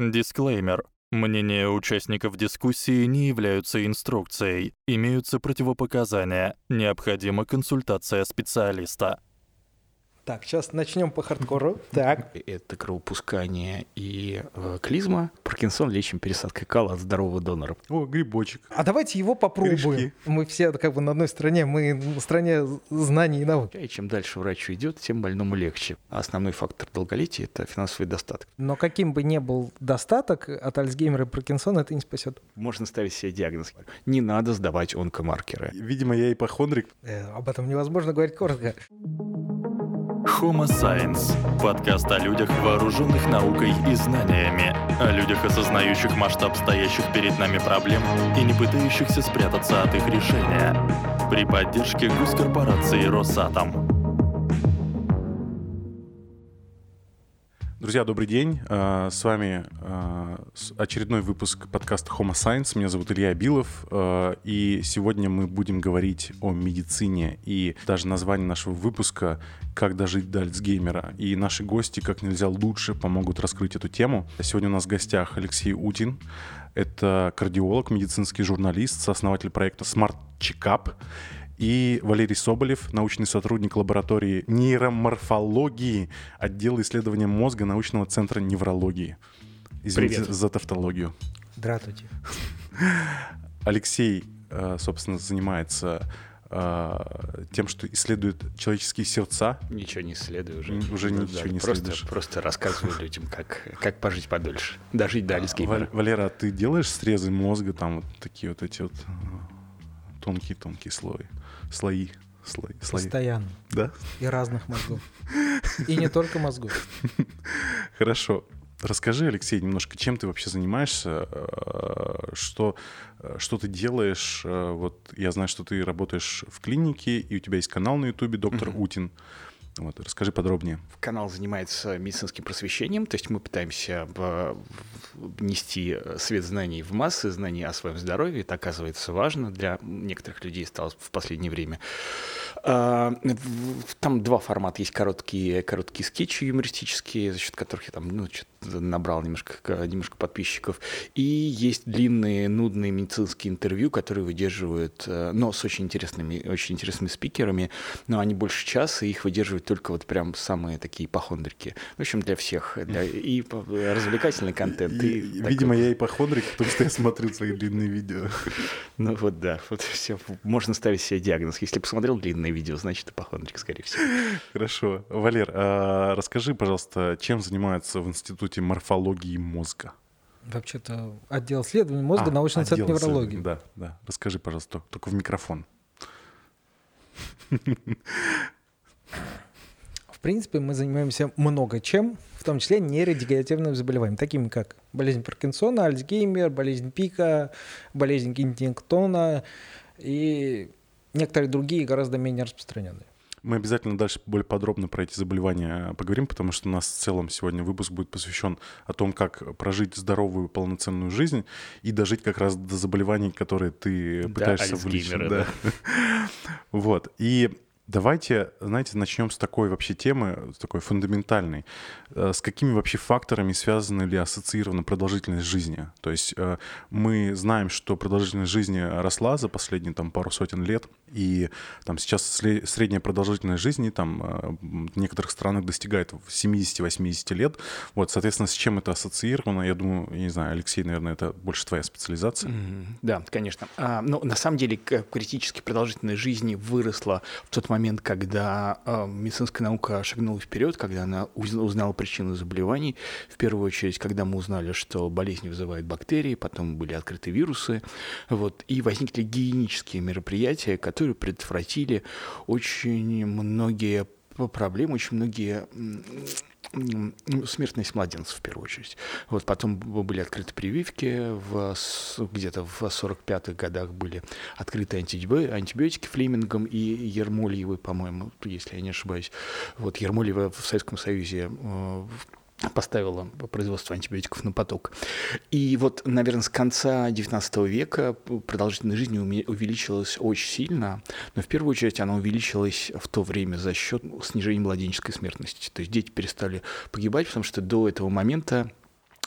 Дисклеймер. Мнения участников дискуссии не являются инструкцией, имеются противопоказания, необходима консультация специалиста. Так, сейчас начнем по хардкору. Так. Это кровопускание и клизма. Паркинсон лечим пересадкой кала от здорового донора. О, грибочек. А давайте его попробуем. Корешки. Мы все как бы на одной стороне, мы на стороне знаний и наук. И чем дальше врач идет, тем больному легче. А основной фактор долголетия – это финансовый достаток. Но каким бы ни был достаток, от Альцгеймера и Паркинсона это не спасет. Можно ставить себе диагноз. Не надо сдавать онкомаркеры. Видимо, я ипохондрик. Об этом невозможно говорить коротко. Homo Science – подкаст о людях, вооруженных наукой и знаниями, о людях, осознающих масштаб стоящих перед нами проблем и не пытающихся спрятаться от их решения. При поддержке госкорпорации «Росатом». Друзья, добрый день. С вами очередной выпуск подкаста Homo Science. Меня зовут Илья Билов. И сегодня мы будем говорить о медицине. И даже название нашего выпуска «Как дожить до Альцгеймера». И наши гости как нельзя лучше помогут раскрыть эту тему. Сегодня у нас в гостях Алексей Утин. Это кардиолог, медицинский журналист, сооснователь проекта Smart Checkup. И Валерий Соболев, научный сотрудник лаборатории нейроморфологии отдела исследования мозга научного центра неврологии. Извините Привет. за тавтологию. Здравствуйте. Алексей, собственно, занимается тем, что исследует человеческие сердца. Ничего не исследую уже. Уже ничего не исследуешь. Просто рассказываю людям, как пожить подольше. Дожить до Альцгеймера. Валера, а ты делаешь срезы мозга, там вот такие вот эти вот тонкие слои? Постоянно. Да? И разных мозгов. И не только мозгов. Хорошо. Расскажи, Алексей, немножко, чем ты вообще занимаешься, что ты делаешь. Вот я знаю, что ты работаешь в клинике, и у тебя есть канал на Ютубе «Доктор Утин». Вот, расскажи подробнее. Канал занимается медицинским просвещением, то есть мы пытаемся нести свет знаний в массы, знаний о своем здоровье. Это, оказывается, важно для некоторых людей стало в последнее время. Там два формата. Есть короткие скетчи юмористические, за счет которых я там набрал немножко подписчиков. И есть длинные, нудные медицинские интервью, которые выдерживают, но с очень интересными спикерами, но они больше часа, и их выдерживают только вот прям самые такие ипохондрики. В общем, для всех. И развлекательный контент. Видимо, я ипохондрик, потому что я смотрю свои длинные видео. Ну вот да, вот все. Можно ставить себе диагноз. Если посмотрел длинное видео, значит ипохондрик, скорее всего. Хорошо. Валер, расскажи, пожалуйста, чем занимаются в Институте морфологии мозга? Вообще-то отдел исследований мозга, научный центр неврологии. Да. Расскажи, пожалуйста, только в микрофон. В принципе, мы занимаемся много чем, в том числе нейродегенеративными заболеваниями, такими как болезнь Паркинсона, Альцгеймер, болезнь Пика, болезнь Геттингтона и некоторые другие гораздо менее распространенные. Мы обязательно дальше более подробно про эти заболевания поговорим, потому что у нас в целом сегодня выпуск будет посвящен о том, как прожить здоровую полноценную жизнь и дожить как раз до заболеваний, которые ты пытаешься вылечить. Да. Вот. И давайте, знаете, начнем с такой вообще темы, с такой фундаментальной. С какими вообще факторами связана или ассоциирована продолжительность жизни? То есть мы знаем, что продолжительность жизни росла за последние пару сотен лет, и там сейчас средняя продолжительность жизни там в некоторых странах достигает 70-80 лет. Вот, соответственно, с чем это ассоциировано? Я думаю, я не знаю, Алексей, наверное, это больше твоя специализация. Да, конечно. Но на самом деле критически продолжительность жизни выросла в тот момент, когда медицинская наука шагнула вперед, когда она узнала причину заболеваний. В первую очередь, когда мы узнали, что болезни вызывают бактерии, потом были открыты вирусы, вот, и возникли гигиенические мероприятия, которые предотвратили очень многие проблемы, очень многие смертность младенцев в первую очередь. Вот потом были открыты прививки, где-то в 45-х годах были открыты антибиотики Флемингом и Ермольевой, по-моему, если я не ошибаюсь. Вот Ермольева в Советском Союзе поставила производство антибиотиков на поток. И вот, наверное, с конца XIX века продолжительность жизни увеличилась очень сильно, но в первую очередь она увеличилась в то время за счет снижения младенческой смертности. То есть дети перестали погибать, потому что до этого момента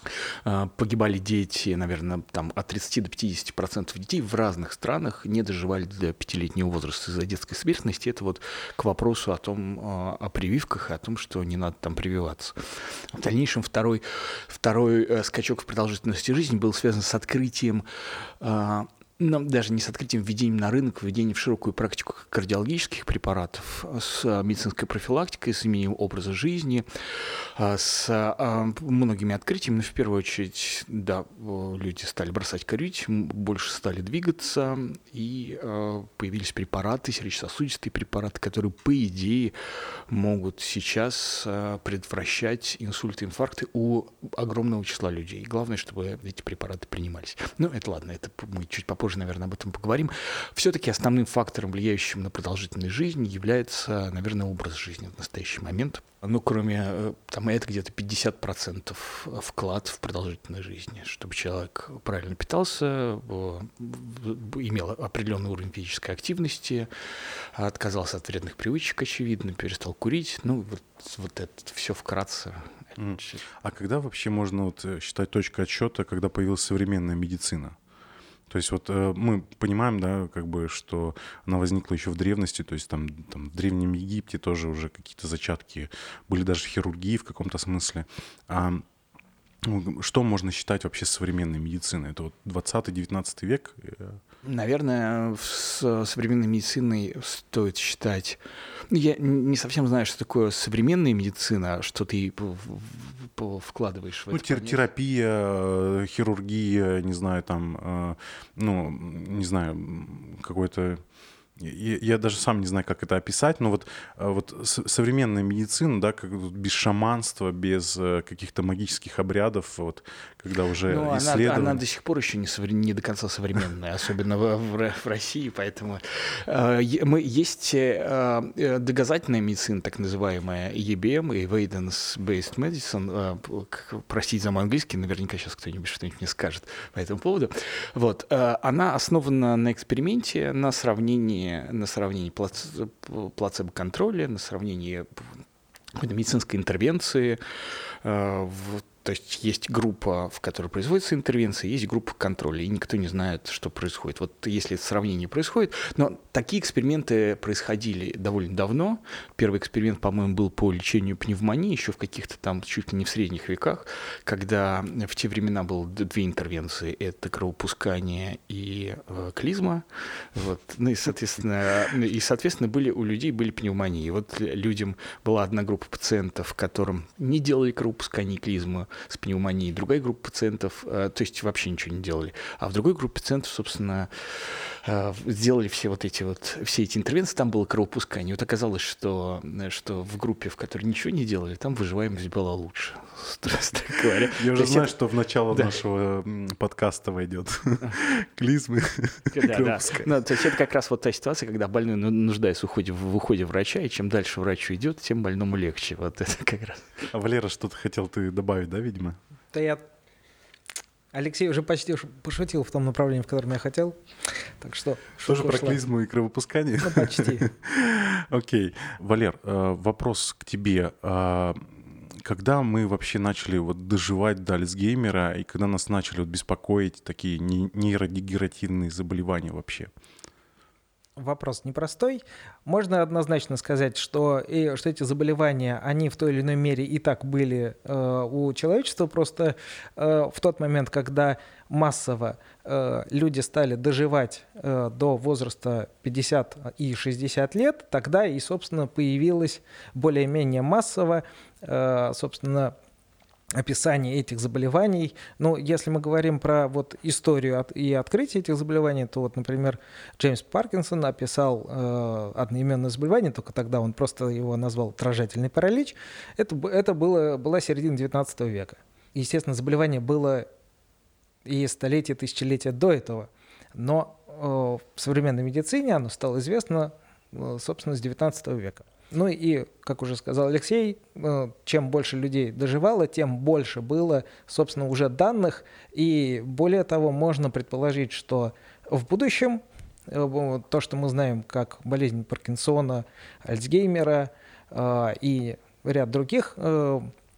Погибали дети, наверное, там от 30 до 50% детей в разных странах не доживали до 5-летнего возраста из-за детской смертности. Это вот к вопросу о прививках и о том, что не надо там прививаться. В дальнейшем второй скачок в продолжительности жизни был связан с открытием, даже не с открытием, введением на рынок, введением в широкую практику кардиологических препаратов, с медицинской профилактикой, с изменением образа жизни, с многими открытиями. Но в первую очередь, да, люди стали бросать курить, больше стали двигаться, и появились препараты, сердечно-сосудистые препараты, которые, по идее, могут сейчас предотвращать инсульты, инфаркты у огромного числа людей. Главное, чтобы эти препараты принимались. Ну, это ладно, это мы чуть попозже, наверное, об этом поговорим. Все-таки основным фактором, влияющим на продолжительность жизни, является, наверное, образ жизни в настоящий момент. Ну, кроме, там, это где-то 50% вклад в продолжительность жизни, чтобы человек правильно питался, имел определенный уровень физической активности, отказался от вредных привычек, очевидно, перестал курить. Ну, вот это все вкратце. А когда вообще можно считать точкой отсчета, когда появилась современная медицина? То есть вот мы понимаем, да, как бы, что она возникла еще в древности, то есть там в Древнем Египте тоже уже какие-то зачатки были, даже хирургии в каком-то смысле. Что можно считать вообще современной медициной? Это вот 20-19 век? Наверное, с современной медициной стоит считать... Я не совсем знаю, что такое современная медицина, что ты вкладываешь в это. Терапия, хирургия, не знаю, там, не знаю, какой-то... Я даже сам не знаю, как это описать, но вот современная медицина, да, как без шаманства, без каких-то магических обрядов, вот, когда уже исследования... Она до сих пор еще не до конца современная, особенно в России, поэтому есть доказательная медицина, так называемая EBM, Evidence-Based Medicine, простите за мой английский, наверняка сейчас кто-нибудь что-нибудь мне скажет по этому поводу. Вот. Она основана на эксперименте, на сравнении плацебо-контроля, на сравнении медицинской интервенции. То есть есть группа, в которой производится интервенция, есть группа контроля, и никто не знает, что происходит. Вот если это сравнение происходит, но такие эксперименты происходили довольно давно. Первый эксперимент, по-моему, был по лечению пневмонии, еще в каких-то там, чуть ли не в средних веках, когда в те времена было две интервенции, это кровопускание и клизма. Вот. Ну и, соответственно, у людей были пневмонии. Вот людям была одна группа пациентов, которым не делали кровопускание и клизму, с пневмонией, другая группа пациентов, то есть вообще ничего не делали, а в другой группе пациентов, собственно, сделали все эти интервенции, там было кровопускание. Вот оказалось, что в группе, в которой ничего не делали, там выживаемость была лучше, строго говоря. Я уже знаю, что в начало нашего подкаста войдет клизмы. Да. То есть это как раз вот та ситуация, когда больной нуждается в уходе врача, и чем дальше врач идет, тем больному легче. Вот это как раз. А Валера, что-то хотел ты добавить, да, видимо? Да Алексей уже почти пошутил в том направлении, в котором я хотел. Так что тоже про клизму и кровопускание? Ну, почти. Окей. Валер, вопрос к тебе. Когда мы вообще начали доживать до Альцгеймера, и когда нас начали беспокоить такие нейродегенеративные заболевания вообще? Вопрос непростой. Можно однозначно сказать, что эти заболевания, они в той или иной мере и так были у человечества, просто в тот момент, когда массово люди стали доживать до возраста 50 и 60 лет, тогда и, собственно, появилось более-менее массово, собственно, описание этих заболеваний. Ну, если мы говорим про историю и открытие этих заболеваний, то например, Джеймс Паркинсон описал одноименное заболевание, только тогда он просто его назвал тражательный паралич. Это была середина 19 века. Естественно, заболевание было и столетия, тысячелетия до этого, но в современной медицине оно стало известно, собственно, с 19 века. Ну и, как уже сказал Алексей, чем больше людей доживало, тем больше было, собственно, уже данных. И более того, можно предположить, что в будущем то, что мы знаем как болезнь Паркинсона, Альцгеймера и ряд других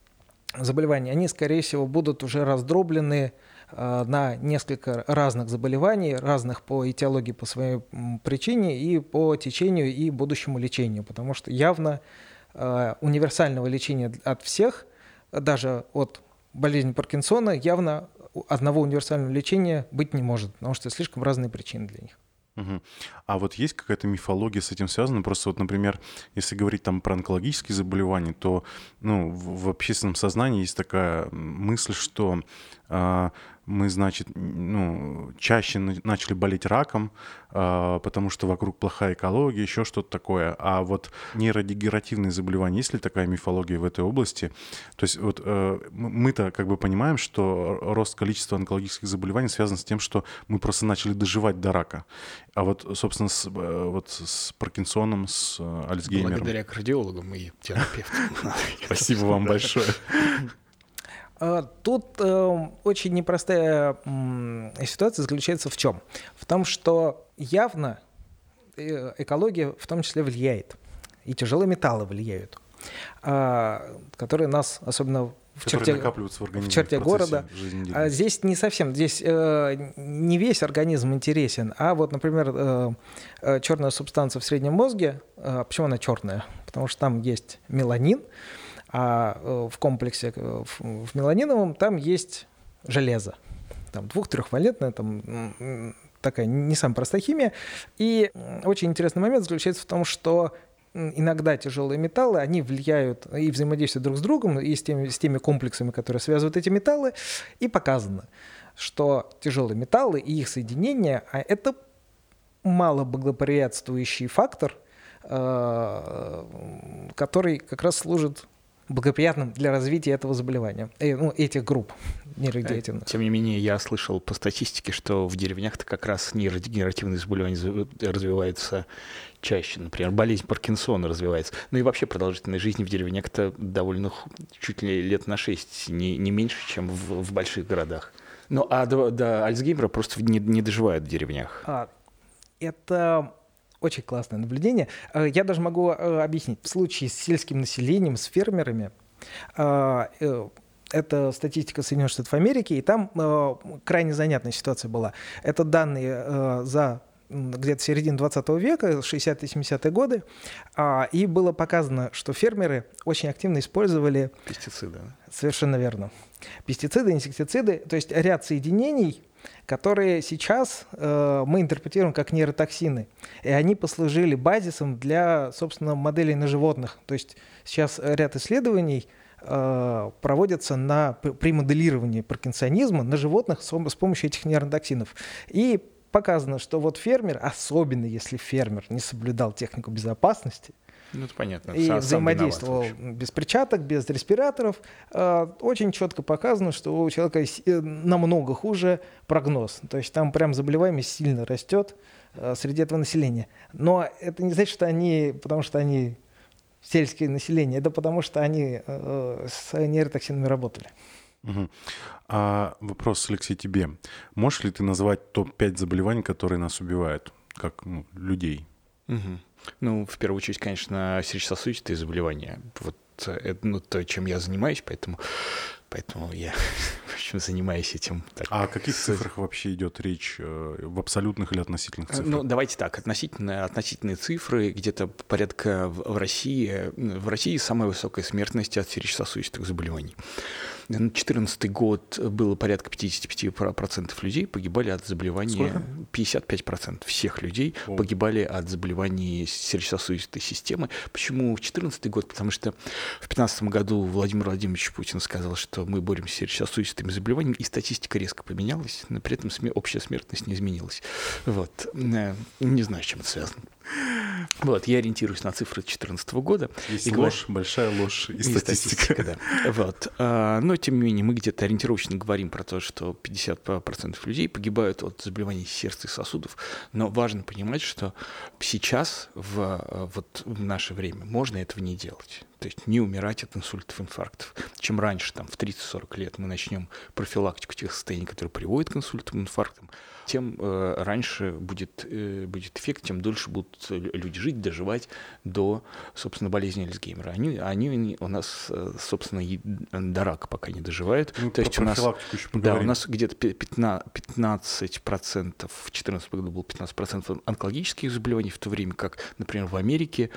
заболеваний, они, скорее всего, будут уже раздроблены на несколько разных заболеваний, разных по этиологии, по своей причине и по течению и будущему лечению, потому что явно универсального лечения от всех, даже от болезни Паркинсона, явно одного универсального лечения быть не может, потому что слишком разные причины для них. Мгм. А вот есть какая-то мифология с этим связана? Просто вот, например, если говорить там про онкологические заболевания, то в общественном сознании есть такая мысль, что мы, значит, чаще начали болеть раком, потому что вокруг плохая экология, еще что-то такое. А вот нейродегенеративные заболевания, есть ли такая мифология в этой области? То есть вот мы-то как бы понимаем, что рост количества онкологических заболеваний связан с тем, что мы просто начали доживать до рака. А вот, собственно, с Паркинсоном, с Альцгеймером. Благодаря кардиологам и терапевтам. Спасибо вам большое. Тут очень непростая ситуация заключается в чем? В том, что явно экология в том числе влияет, и тяжелые металлы влияют, которые нас, особенно в черте города. Здесь не совсем, здесь не весь организм интересен, а вот, например, черная субстанция в среднем мозге, почему она черная? Потому что там есть меланин, а в комплексе в меланиновом там есть железо. Там 2-3-валентная, там такая не самая простая химия. И очень интересный момент заключается в том, что иногда тяжелые металлы, они влияют и взаимодействуют друг с другом, и с теми комплексами, которые связывают эти металлы. И показано, что тяжелые металлы и их соединения — это малоблагоприятствующий фактор, который как раз служит благоприятным для развития этого заболевания, этих групп нейродегенеративных. Тем не менее, я слышал по статистике, что в деревнях-то как раз нейродегенеративные заболевания развиваются чаще. Например, болезнь Паркинсона развивается. Ну и вообще продолжительность жизни в деревнях-то довольно чуть ли лет на 6, не меньше, чем в больших городах. Ну а до Альцгеймера просто не доживают в деревнях. Это очень классное наблюдение. Я даже могу объяснить. В случае с сельским населением, с фермерами, это статистика Соединенных Штатов Америки, и там крайне занятная ситуация была. Это данные за где-то середину 20 века, 60-70-е годы, и было показано, что фермеры очень активно использовали пестициды. Совершенно верно. Пестициды, инсектициды, то есть ряд соединений, которые сейчас мы интерпретируем как нейротоксины. И они послужили базисом для, собственно, моделей на животных. То есть сейчас ряд исследований проводятся при моделировании паркинсонизма на животных с помощью этих нейротоксинов. И показано, что вот фермер, особенно если фермер не соблюдал технику безопасности, это понятно. И взаимодействовал без перчаток, без респираторов, очень четко показано, что у человека намного хуже прогноз. То есть там прям заболеваемость сильно растет среди этого населения. Но это не значит, что потому что они сельское население, это потому что они с нейротоксинами работали. Угу. А вопрос, Алексей, тебе. Можешь ли ты назвать топ-5 заболеваний, которые нас убивают, как людей? Угу. Ну, в первую очередь, конечно, сердечно-сосудистые заболевания. Вот это то, чем я занимаюсь, поэтому я, в общем, занимаюсь этим. Так. А о каких цифрах вообще идет речь? В абсолютных или относительных цифрах? Ну, давайте так. Относительные цифры где-то порядка в России самая высокая смертность от сердечно-сосудистых заболеваний. На 2014 год было порядка 55% людей погибали от заболеваний. Сколько? 55% всех людей погибали от заболеваний сердечно-сосудистой системы. Почему в 2014 год? Потому что в 2015 году Владимир Владимирович Путин сказал, что мы боремся с сердечно-сосудистыми заболеваниями, и статистика резко поменялась, но при этом общая смертность не изменилась. Вот. Не знаю, с чем это связано. Вот, я ориентируюсь на цифры 2014 года. Есть ложь, большая ложь и статистика. Да. Вот. Но, тем не менее, мы где-то ориентировочно говорим про то, что 50% людей погибают от заболеваний сердца и сосудов. Но важно понимать, что сейчас, в наше время, можно этого не делать. То есть не умирать от инсультов, инфарктов. Чем раньше, там, в 30-40 лет мы начнем профилактику тех состояний, которые приводят к инсультам, инфарктам, тем раньше будет эффект, тем дольше будут люди жить, доживать до, собственно, болезни Альцгеймера. Они у нас, собственно, до рака пока не доживают. То есть у нас, у нас где-то 15%, в 2014 году было 15% онкологических заболеваний, в то время как, например, в Америке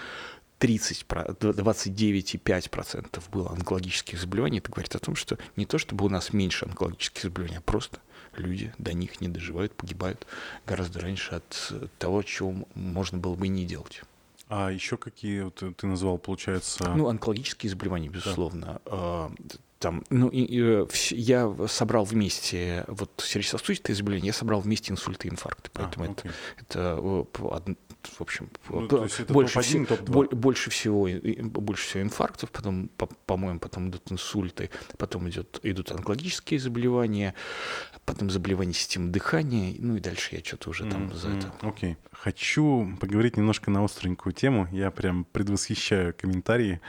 29,5% было онкологических заболеваний. Это говорит о том, что не то, чтобы у нас меньше онкологических заболеваний, а просто люди до них не доживают, погибают гораздо раньше от того, чего можно было бы и не делать. А еще какие ты назвал, получается? Ну, онкологические заболевания, безусловно. Да. Там, я собрал вместе вот сердечно-сосудистые заболевания, я собрал вместе инсульты и инфаркты. Поэтому это в общем, больше всего инфарктов, потом, по-моему, потом идут инсульты, потом идут онкологические заболевания, потом заболевания системы дыхания, ну и дальше я что-то уже там за это. Окей. Хочу поговорить немножко на остренькую тему. Я прям предвосхищаю комментарии.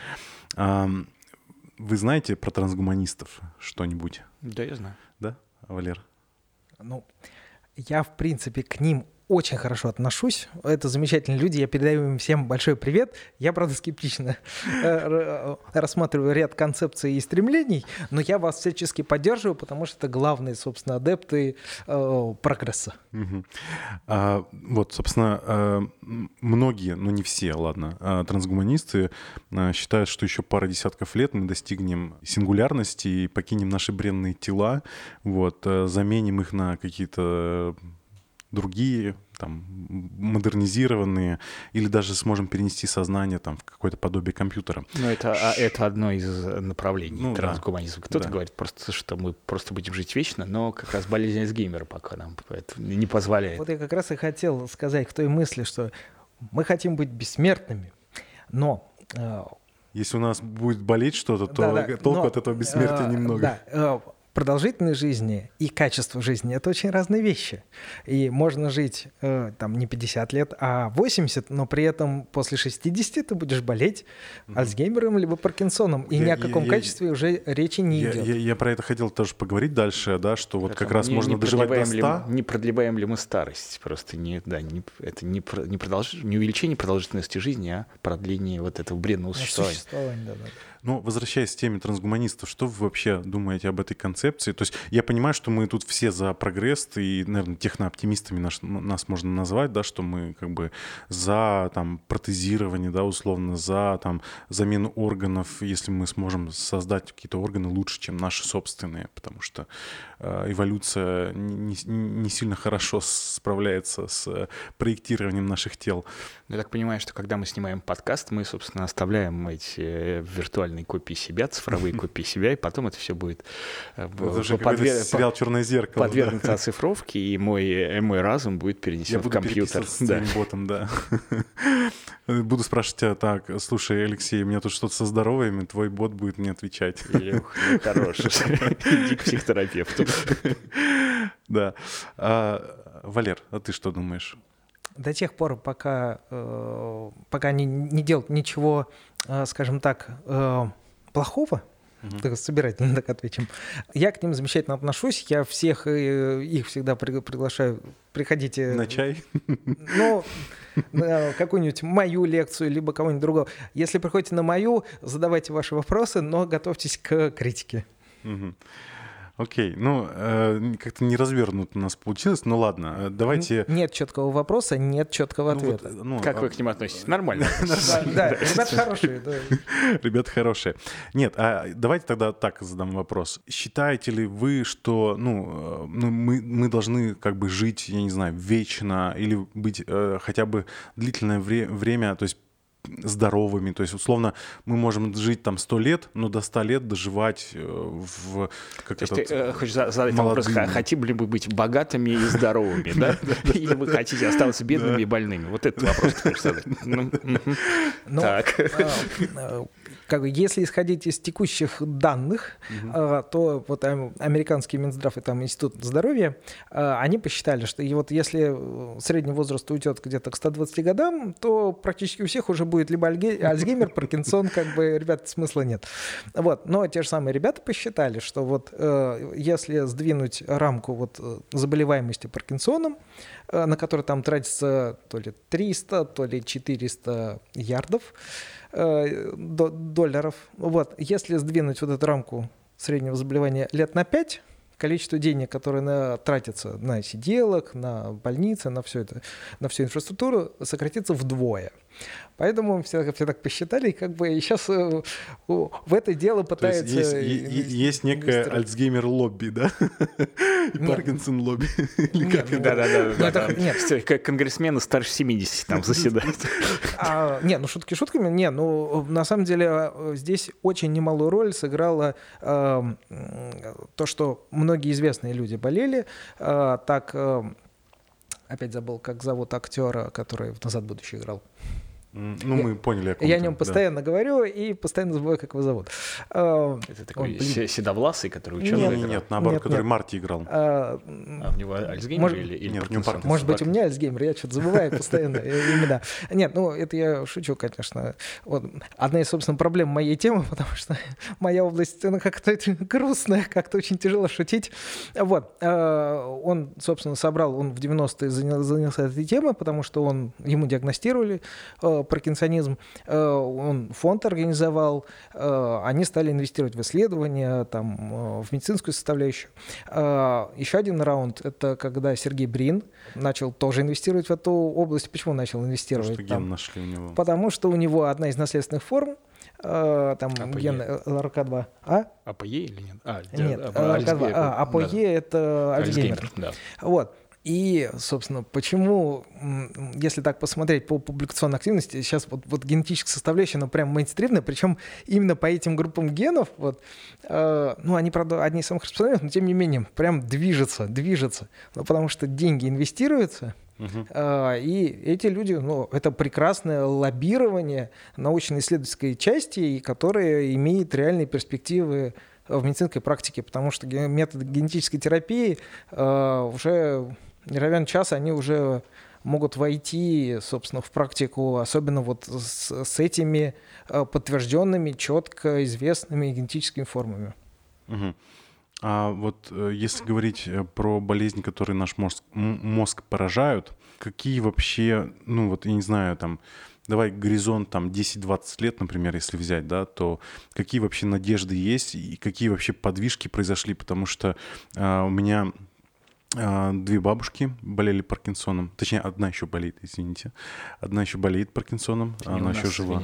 Вы знаете про трансгуманистов что-нибудь? Да, я знаю. Да, Валер? Ну, я, в принципе, к ним очень хорошо отношусь. Это замечательные люди, я передаю им всем большой привет. Я, правда, скептично рассматриваю ряд концепций и стремлений, но я вас всячески поддерживаю, потому что это главные, собственно, адепты прогресса. Вот, собственно, многие, но не все, ладно, трансгуманисты считают, что еще пара десятков лет мы достигнем сингулярности и покинем наши бренные тела, вот, заменим их на какие-то другие, там, модернизированные, или даже сможем перенести сознание там, в какое-то подобие компьютера. Ну, это одно из направлений трансгуманизма. Кто-то говорит просто, что мы просто будем жить вечно, но как раз болезнь Альцгеймера пока нам это не позволяет. Вот я как раз и хотел сказать к той мысли, что мы хотим быть бессмертными, но... Если у нас будет болеть что-то, то толку от этого бессмертия немного. Да, продолжительность жизни и качество жизни — это очень разные вещи. И можно жить там не 50 лет, а 80, но при этом после 60 ты будешь болеть Альцгеймером либо Паркинсоном. И ни о каком качестве уже речи не идет. Я про это хотел тоже поговорить дальше, да, что вот как раз можно доживать до 100. Не продлеваем ли мы старость? Просто это не увеличение продолжительности жизни, а продление вот этого бренного существования. Да. Ну, возвращаясь к теме трансгуманистов, что вы вообще думаете об этой концепции? То есть я понимаю, что мы тут все за прогресс, и, наверное, технооптимистами нас можно назвать, да, что мы как бы за там протезирование, да, условно, за там замену органов, если мы сможем создать какие-то органы лучше, чем наши собственные, потому что эволюция не сильно хорошо справляется с проектированием наших тел. Я так понимаю, что когда мы снимаем подкаст, мы, собственно, оставляем эти виртуальные копии себя, цифровые копии себя, и потом это все будет сериал «Черное зеркало», подвергнуться оцифровке, и мой разум будет перенесен в компьютер. Я буду ботом, да. Буду спрашивать тебя так: слушай, Алексей, у меня тут что-то со здоровьем, твой бот будет мне отвечать. Лех, ну хороший, иди к психотерапевту. Да. Валер, а ты что думаешь? До тех пор, пока не делают ничего, скажем так, плохого, так собирательно так ответим, я к ним замечательно отношусь, я всех их всегда приглашаю, приходите... На чай? Ну, на какую-нибудь мою лекцию, либо кого-нибудь другого. Если приходите на мою, задавайте ваши вопросы, но готовьтесь к критике. Окей, ну, как-то не развернуто у нас получилось, но ладно, давайте... Нет четкого вопроса, нет четкого ответа. Как вы к ним относитесь? Нормально. Да, ребята хорошие. Ребята хорошие. Нет, давайте тогда так задам вопрос. Считаете ли вы, что мы должны как бы жить, я не знаю, вечно или быть хотя бы длительное время, то есть здоровыми, то есть условно мы можем жить там 100 лет, но до 100 лет доживать в то есть ты хочешь задать вопрос, хотим ли мы быть богатыми и здоровыми, да? Или вы хотите оставаться бедными и больными? Вот этот вопрос ты хочешь задать. Так. как бы, если исходить из текущих данных, то вот американский Минздрав и там Институт здоровья, они посчитали, что и вот если средний возраст уйдет где-то к 120 годам, то практически у всех уже будет либо Альцгеймер, Паркинсон, как бы, ребят, смысла нет. Вот. Но те же самые ребята посчитали, что вот если сдвинуть рамку вот заболеваемости Паркинсоном, на который там тратится то ли 300, то ли 400 ярдов, долларов. Вот. Если сдвинуть вот эту рамку среднего заболевания лет на 5, количество денег, которое тратится на сиделок, на больницы, на все это, на всю инфраструктуру, сократится вдвое. Поэтому все так посчитали, и как бы сейчас в это дело пытаются... Есть некое Альцгеймер-лобби, да? И Паркинсон-лобби. Да. Нет, как конгрессмены старше 70 там заседают. Не, шутки шутками. Не, на самом деле здесь очень немалую роль сыграло то, что многие известные люди болели. Так, опять забыл, как зовут актера, который в «Назад в будущее» играл. Мы поняли, о ком я о нем постоянно говорю и постоянно забываю, как его зовут. Это такой седовласый, который ученый играл? Нет, наоборот, который Марти играл. У него Альцгеймер или Паркинсон? Может быть, у меня Альцгеймер, я что-то забываю постоянно имена. Нет, это я шучу, конечно. Вот. Одна из, собственно, проблем моей темы, потому что моя область, она как-то грустная, как-то очень тяжело шутить. Вот. Он, собственно, он в 90-е занялся этой темой, потому что ему диагностировали паркинсонизм, он фонд организовал, они стали инвестировать в исследования, там, в медицинскую составляющую. Еще один раунд — это когда Сергей Брин начал тоже инвестировать в эту область. Почему начал инвестировать? Потому что ген нашли у него. Потому что у него одна из наследственных форм, там ген РК2. АПЕ или нет? Нет, РК2. АПЕ — это Альцгеймер. Вот. И, собственно, почему, если так посмотреть по публикационной активности, сейчас вот генетическая составляющая, она прям мейнстримная, причем именно по этим группам генов, они, правда, одни из самых распространенных, но тем не менее, прям движется, потому что деньги инвестируются, и эти люди, это прекрасное лоббирование научно-исследовательской части, которое имеет реальные перспективы в медицинской практике, потому что методы генетической терапии уже не равен час, они уже могут войти, собственно, в практику, особенно вот с этими подтвержденными, четко известными генетическими формами. А вот если говорить про болезни, которые наш мозг поражают, какие вообще, я не знаю, там, давай горизонт там 10-20 лет, например, если взять, да, то какие вообще надежды есть и какие вообще подвижки произошли, потому что у меня 2 бабушки болели Паркинсоном, точнее, одна еще болеет, извините, одна еще болеет Паркинсоном, она еще жива.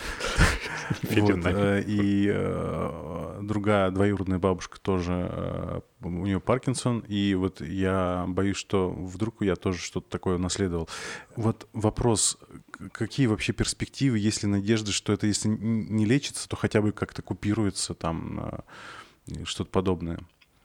И другая двоюродная бабушка тоже, у нее Паркинсон, и вот я боюсь, что вдруг я тоже что-то такое унаследовал. Вот вопрос, какие вообще перспективы, есть ли надежды, что это, если не лечится, то хотя бы как-то купируется там что-то подобное?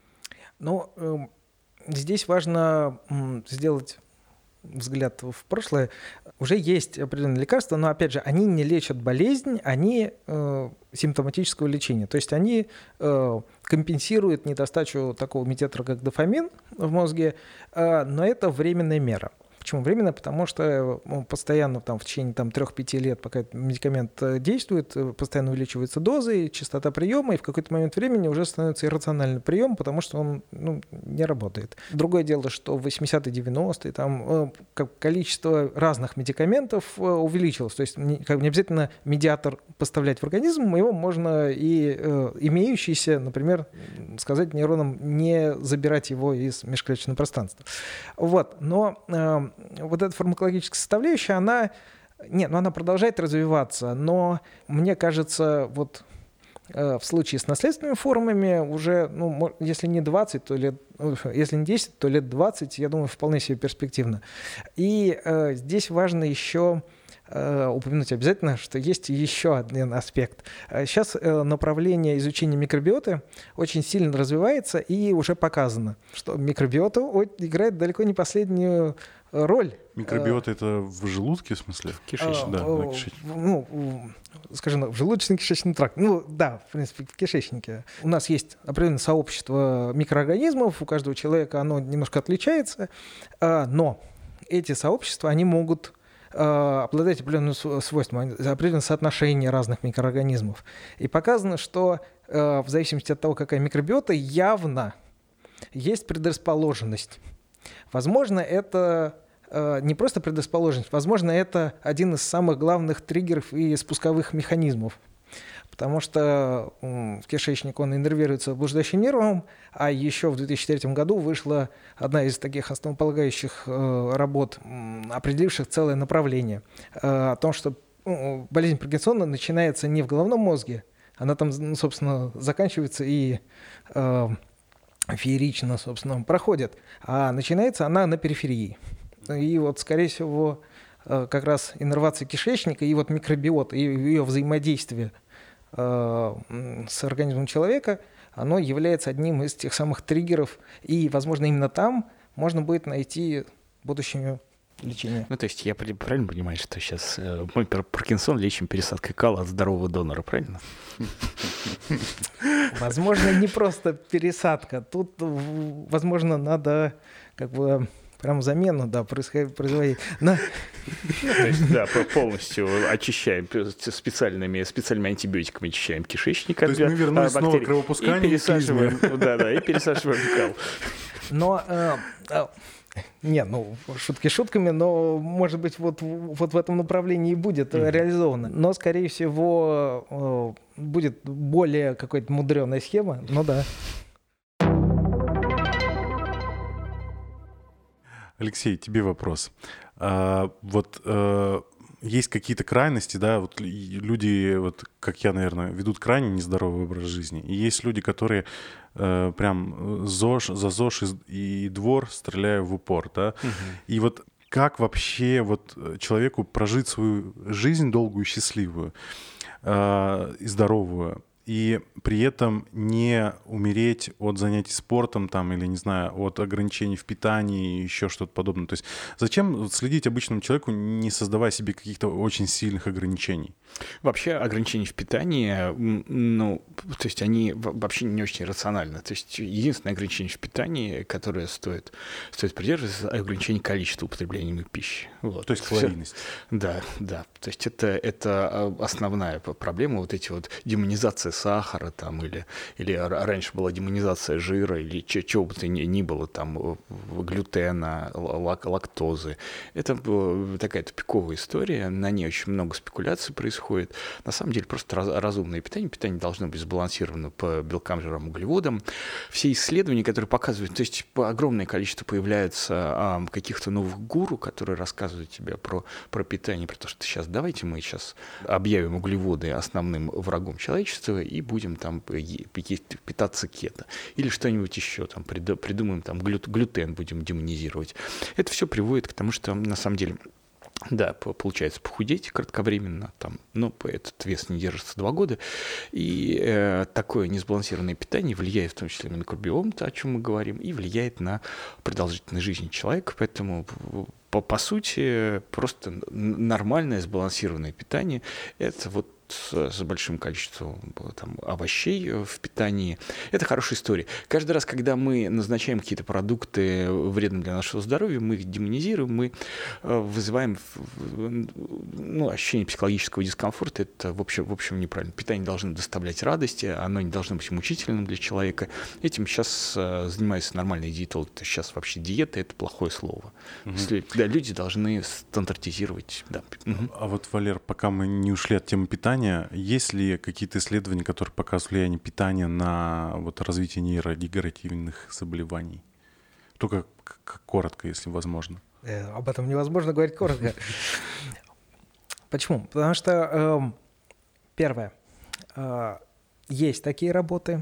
Здесь важно сделать взгляд в прошлое. Уже есть определенные лекарства, но, опять же, они не лечат болезнь, они симптоматического лечения. То есть они компенсируют недостачу такого медиатора, как дофамин в мозге, но это временная мера. Почему временно? Потому что постоянно в течение 3-5 лет, пока этот медикамент действует, постоянно увеличиваются дозы, частота приема, и в какой-то момент времени уже становится иррациональный прием, потому что он не работает. Другое дело, что в 80-е, 90-е количество разных медикаментов увеличилось. То есть не обязательно медиатор поставлять в организм, его можно и имеющийся, например, сказать нейронам не забирать его из межклеточного пространства. Вот. Но вот эта фармакологическая составляющая, она продолжает развиваться, но мне кажется, в случае с наследственными формами уже, если не 20, то если не 10, то лет 20, я думаю, вполне себе перспективно. И здесь важно еще упомянуть обязательно, что есть еще один аспект. Сейчас направление изучения микробиоты очень сильно развивается, и уже показано, что микробиота играет далеко не последнюю роль... Микробиота это в желудке, в смысле? В кишечнике. Да, кишечник. Ну, скажем, в желудочно-кишечный тракт. Ну, да, в принципе, в кишечнике. У нас есть определенное сообщество микроорганизмов, у каждого человека оно немножко отличается, но эти сообщества, они могут обладать определенным свойством, определенное соотношение разных микроорганизмов. И показано, что в зависимости от того, какая микробиота, явно есть предрасположенность. Возможно, это не просто предрасположенность, возможно, это один из самых главных триггеров и спусковых механизмов. Потому что кишечник, он иннервируется блуждающим нервом, а еще в 2003 году вышла одна из таких основополагающих работ, определивших целое направление, о том, что болезнь Паркинсона начинается не в головном мозге, она там, собственно, заканчивается и феерично, собственно, проходит, а начинается она на периферии. И вот, скорее всего, как раз иннервация кишечника и вот микробиота, и ее взаимодействие с организмом человека, оно является одним из тех самых триггеров, и, возможно, именно там можно будет найти будущее лечение. Ну, то есть я правильно понимаю, что сейчас мы Паркинсон лечим пересадкой кала от здорового донора, правильно? Возможно, не просто пересадка. Тут, возможно, надо как бы... Прям замену, да, производить. То есть, да, полностью очищаем специальными антибиотиками, очищаем кишечник от бактерий. То есть мы вернулись снова к кровопусканию и пересаживаем кал. Но, нет, ну, шутки шутками, но, может быть, вот в этом направлении и будет реализовано. Но, скорее всего, будет более какая-то мудреная схема, ну да. Алексей, тебе вопрос. Есть какие-то крайности, да, вот люди, вот как я, наверное, ведут крайне нездоровый образ жизни. И есть люди, которые прям за ЗОЖ и двор стреляют в упор, да. И вот как вообще вот человеку прожить свою жизнь долгую, счастливую и здоровую, и при этом не умереть от занятий спортом там, или, не знаю, от ограничений в питании и еще что-то подобное. То есть зачем следить обычному человеку, не создавая себе каких-то очень сильных ограничений? Вообще ограничения в питании, ну, то есть они вообще не очень рациональны. То есть единственное ограничение в питании, которое стоит придерживаться, ограничение количества употребления пищи. Вот. То есть калорийность. Да. То есть это основная проблема, вот эти вот демонизация сахара там, или раньше была демонизация жира, или чего бы то ни было, там, глютена, лактозы. Это такая тупиковая история, на ней очень много спекуляций происходит. На самом деле просто разумное питание. Питание должно быть сбалансировано по белкам, жирам, углеводам. Все исследования, которые показывают, то есть огромное количество появляется каких-то новых гуру, которые рассказывают тебе про питание, про то, что давайте мы сейчас объявим углеводы основным врагом человечества и будем там питаться кето. Или что-нибудь еще, там, придумаем, там, глютен будем демонизировать. Это все приводит к тому, что на самом деле... Да, получается похудеть кратковременно, там, но этот вес не держится 2 года, и такое несбалансированное питание влияет в том числе на микробиом, о чем мы говорим, и влияет на продолжительность жизни человека, поэтому по сути просто нормальное сбалансированное питание – это вот с большим количеством там, овощей в питании. Это хорошая история. Каждый раз, когда мы назначаем какие-то продукты вредные для нашего здоровья, мы их демонизируем, мы вызываем ощущение психологического дискомфорта. Это, в общем, неправильно. Питание должно доставлять радость, оно не должно быть мучительным для человека. Этим сейчас занимаются нормальные диетологи. Сейчас вообще диета – это плохое слово. Если, люди должны стандартизировать. Да. А вот, Валер, пока мы не ушли от темы питания, есть ли какие-то исследования, которые показывают влияние питания на вот развитие нейродегенеративных заболеваний? Только коротко, если возможно. Об этом невозможно говорить коротко. Почему? Потому что, первое, есть такие работы,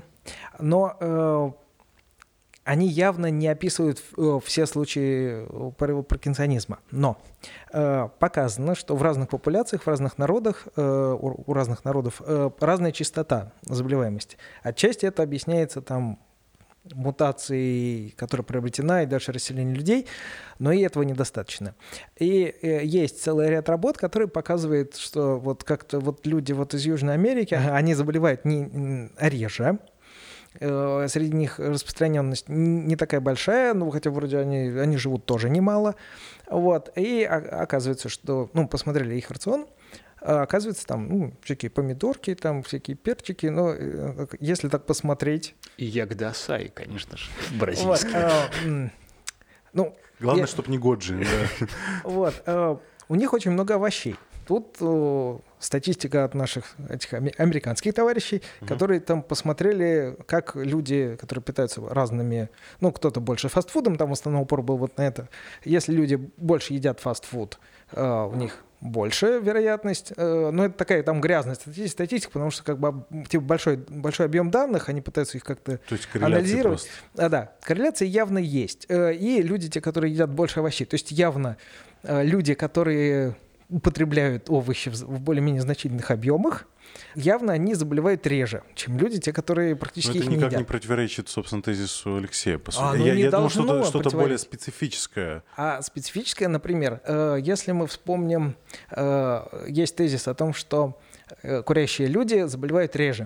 но они явно не описывают все случаи паркинсонизма. Но показано, что в разных популяциях, в разных народах, у разных народов разная частота заболеваемости. Отчасти это объясняется там мутации, которая приобретена, и дальше расселение людей, но и этого недостаточно. И есть целый ряд работ, которые показывают, что вот как-то вот люди вот из Южной Америки, они заболевают реже, среди них распространенность не такая большая, ну, хотя вроде они живут тоже немало. Вот. И оказывается, что, посмотрели их рацион, оказывается, там всякие помидорки, там всякие перчики, но если так посмотреть... И ягода асаи, конечно же, бразильские. Главное, чтобы не годжи. Вот. У них очень много овощей. Тут статистика от наших этих американских товарищей, которые там посмотрели, как люди, которые питаются разными, кто-то больше фастфудом, там основной упор был вот на это. Если люди больше едят фастфуд, у них больше вероятность, но это такая там грязная статистика, потому что как бы типа большой объем данных, они пытаются их как-то анализировать. Да, корреляция явно есть. И люди, те, которые едят больше овощей, то есть явно люди, которые употребляют овощи в более-менее значительных объемах, явно они заболевают реже, чем люди, те, которые практически их не едят. Это никак не противоречит, собственно, тезису Алексея, по сути. Я думал, что-то более специфическое. А специфическое, например, если мы вспомним, есть тезис о том, что курящие люди заболевают реже.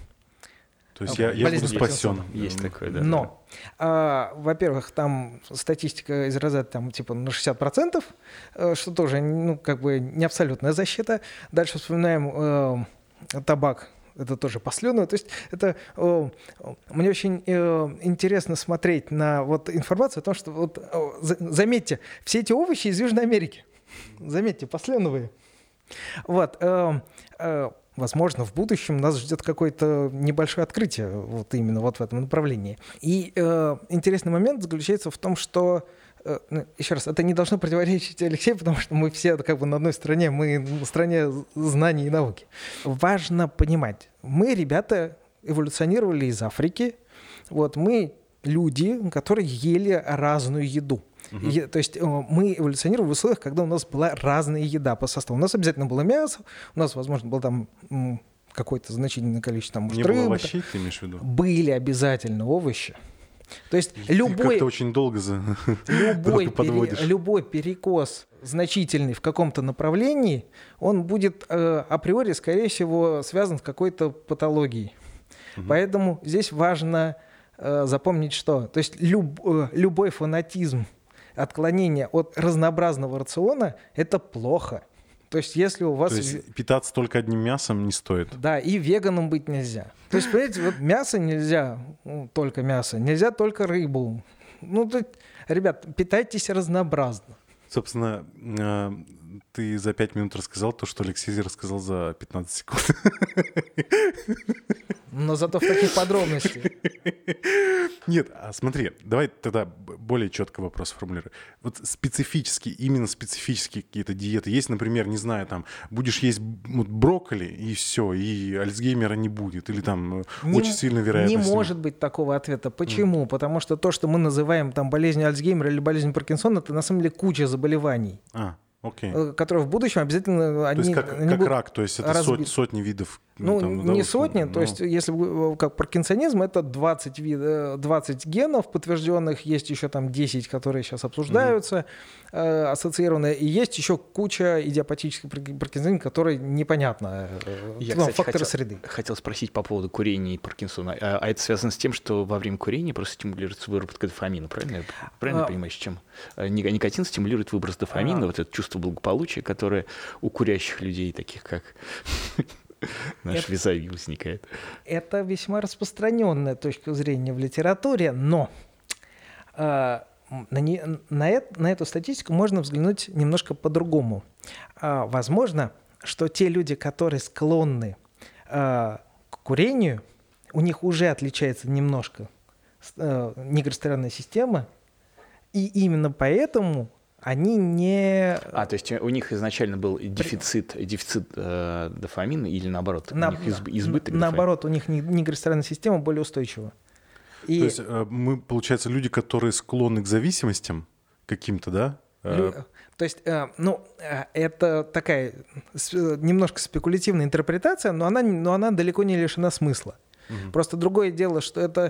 То есть я буду спасен. Есть такое, да. Но, во-первых, там статистика из разряда там, типа на 60%, что тоже не абсолютная защита. Дальше вспоминаем табак. Это тоже послюнно. То есть это мне очень интересно смотреть на вот информацию о том, что вот заметьте, все эти овощи из Южной Америки. Заметьте, послюновые. Вот. Возможно, в будущем нас ждет какое-то небольшое открытие вот именно вот в этом направлении. И интересный момент заключается в том, что, еще раз, это не должно противоречить Алексею, потому что мы все как бы на одной стороне, мы на стороне знаний и науки. Важно понимать, мы, ребята, эволюционировали из Африки, вот мы люди, которые ели разную еду. То есть мы эволюционировали в условиях, когда у нас была разная еда по составу. У нас обязательно было мясо, у нас, возможно, было там какое-то значительное количество там, не было овощей, ты имеешь в виду? Были обязательно овощи. То есть любой... Как-то очень долго любой перекос значительный в каком-то направлении, он будет априори, скорее всего, связан с какой-то патологией. Поэтому здесь важно запомнить, что... То есть любой фанатизм, отклонение от разнообразного рациона – это плохо. То есть если у вас... То есть питаться только одним мясом не стоит? Да, и веганом быть нельзя. То есть, понимаете, вот мясо нельзя, только мясо, нельзя только рыбу. Ребят, питайтесь разнообразно. Собственно, ты за 5 минут рассказал то, что Алексей рассказал за 15 секунд. Но зато в таких подробностях. Нет, смотри, давай тогда более четко вопрос сформулирую. Вот именно специфические какие-то диеты есть, например, не знаю, там, будешь есть брокколи, и все, и Альцгеймера не будет, или там очень сильно вероятность... Не может быть такого ответа. Почему? Потому что то, что мы называем там болезнью Альцгеймера или болезнью Паркинсона, это на самом деле куча заболеваний. Которые в будущем обязательно... То есть как рак, то есть это сотни видов... не сотни, то есть если как паркинсонизм, это 20 генов подтвержденных, есть еще там 10, которые сейчас обсуждаются, ассоциированные, и есть еще куча идиопатических паркинсонизмов, которые непонятно. Факторы среды. Хотел спросить по поводу курения и Паркинсона. А это связано с тем, что во время курения просто стимулируется выработка дофамина, правильно? Правильно понимаешь, чем? Никотин стимулирует выброс дофамина, вот это чувство благополучия, которое у курящих людей, таких как... Наш визави возникает. Это весьма распространенная точка зрения в литературе, но на эту статистику можно взглянуть немножко по-другому. Возможно, что те люди, которые склонны к курению, у них уже отличается немножко нигросториальная система, и именно поэтому они не... то есть у них изначально был дефицит дофамина или наоборот, у них избыток дофамина? Наоборот, у них нигросториальная система более устойчива. То есть мы, получается, люди, которые склонны к зависимостям каким-то, да? То есть, это такая немножко спекулятивная интерпретация, но она далеко не лишена смысла. Просто другое дело, что это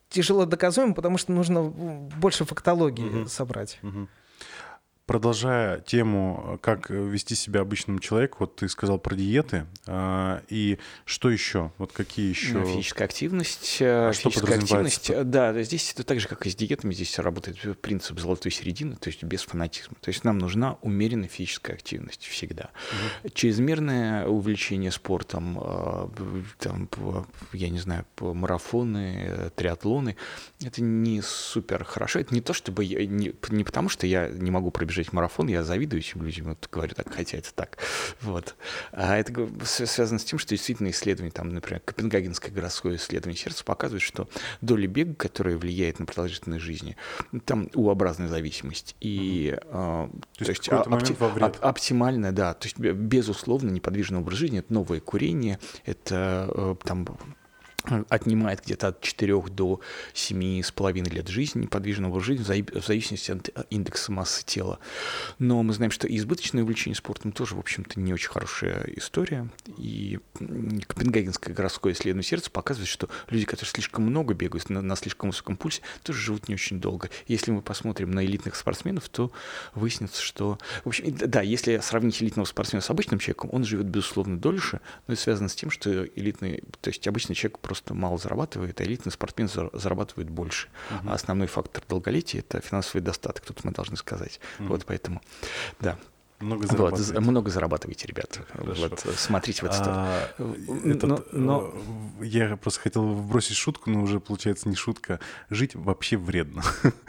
тяжело доказуемо, потому что нужно больше фактологии собрать. Продолжая тему, как вести себя обычному человеку, вот ты сказал про диеты, и что еще? Вот какие еще? Физическая активность. Что Физическая активность, подразумевается? да, здесь это так же, как и с диетами, здесь работает принцип золотой середины, то есть без фанатизма. То есть нам нужна умеренная физическая активность всегда. Чрезмерное увлечение спортом, там, я не знаю, марафоны, триатлоны, это не супер хорошо. Это не то, чтобы не потому, что я не могу пробежать марафон, я завидую этим людям, вот говорю так, хотя это так. Вот. А это связано с тем, что действительно исследования, там, например, Копенгагенское городское исследование сердца показывает, что доля бега, которая влияет на продолжительность жизни, там U-образная зависимость. И то есть оптимальная, да. То есть, безусловно, неподвижный образ жизни — это новое курение, это там отнимает где-то от 4 до 7,5 лет жизни неподвижного жизни в зависимости от индекса массы тела. Но мы знаем, что избыточное увлечение спортом тоже, в общем-то, не очень хорошая история. И Копенгагенское городское исследование сердца показывает, что люди, которые слишком много бегают на слишком высоком пульсе, тоже живут не очень долго. Если мы посмотрим на элитных спортсменов, то выяснится, что... В общем, да, если сравнить элитного спортсмена с обычным человеком, он живет, безусловно, дольше, но это связано с тем, что то есть обычный человек просто мало зарабатывает, а элитный спортсмен зарабатывает больше. А основной фактор долголетия — это финансовый достаток, тут мы должны сказать. Вот поэтому, да. Много зарабатываете, ребята. Вот, смотрите в эту сторону. Я просто хотел вбросить шутку, но уже получается не шутка. Жить вообще вредно.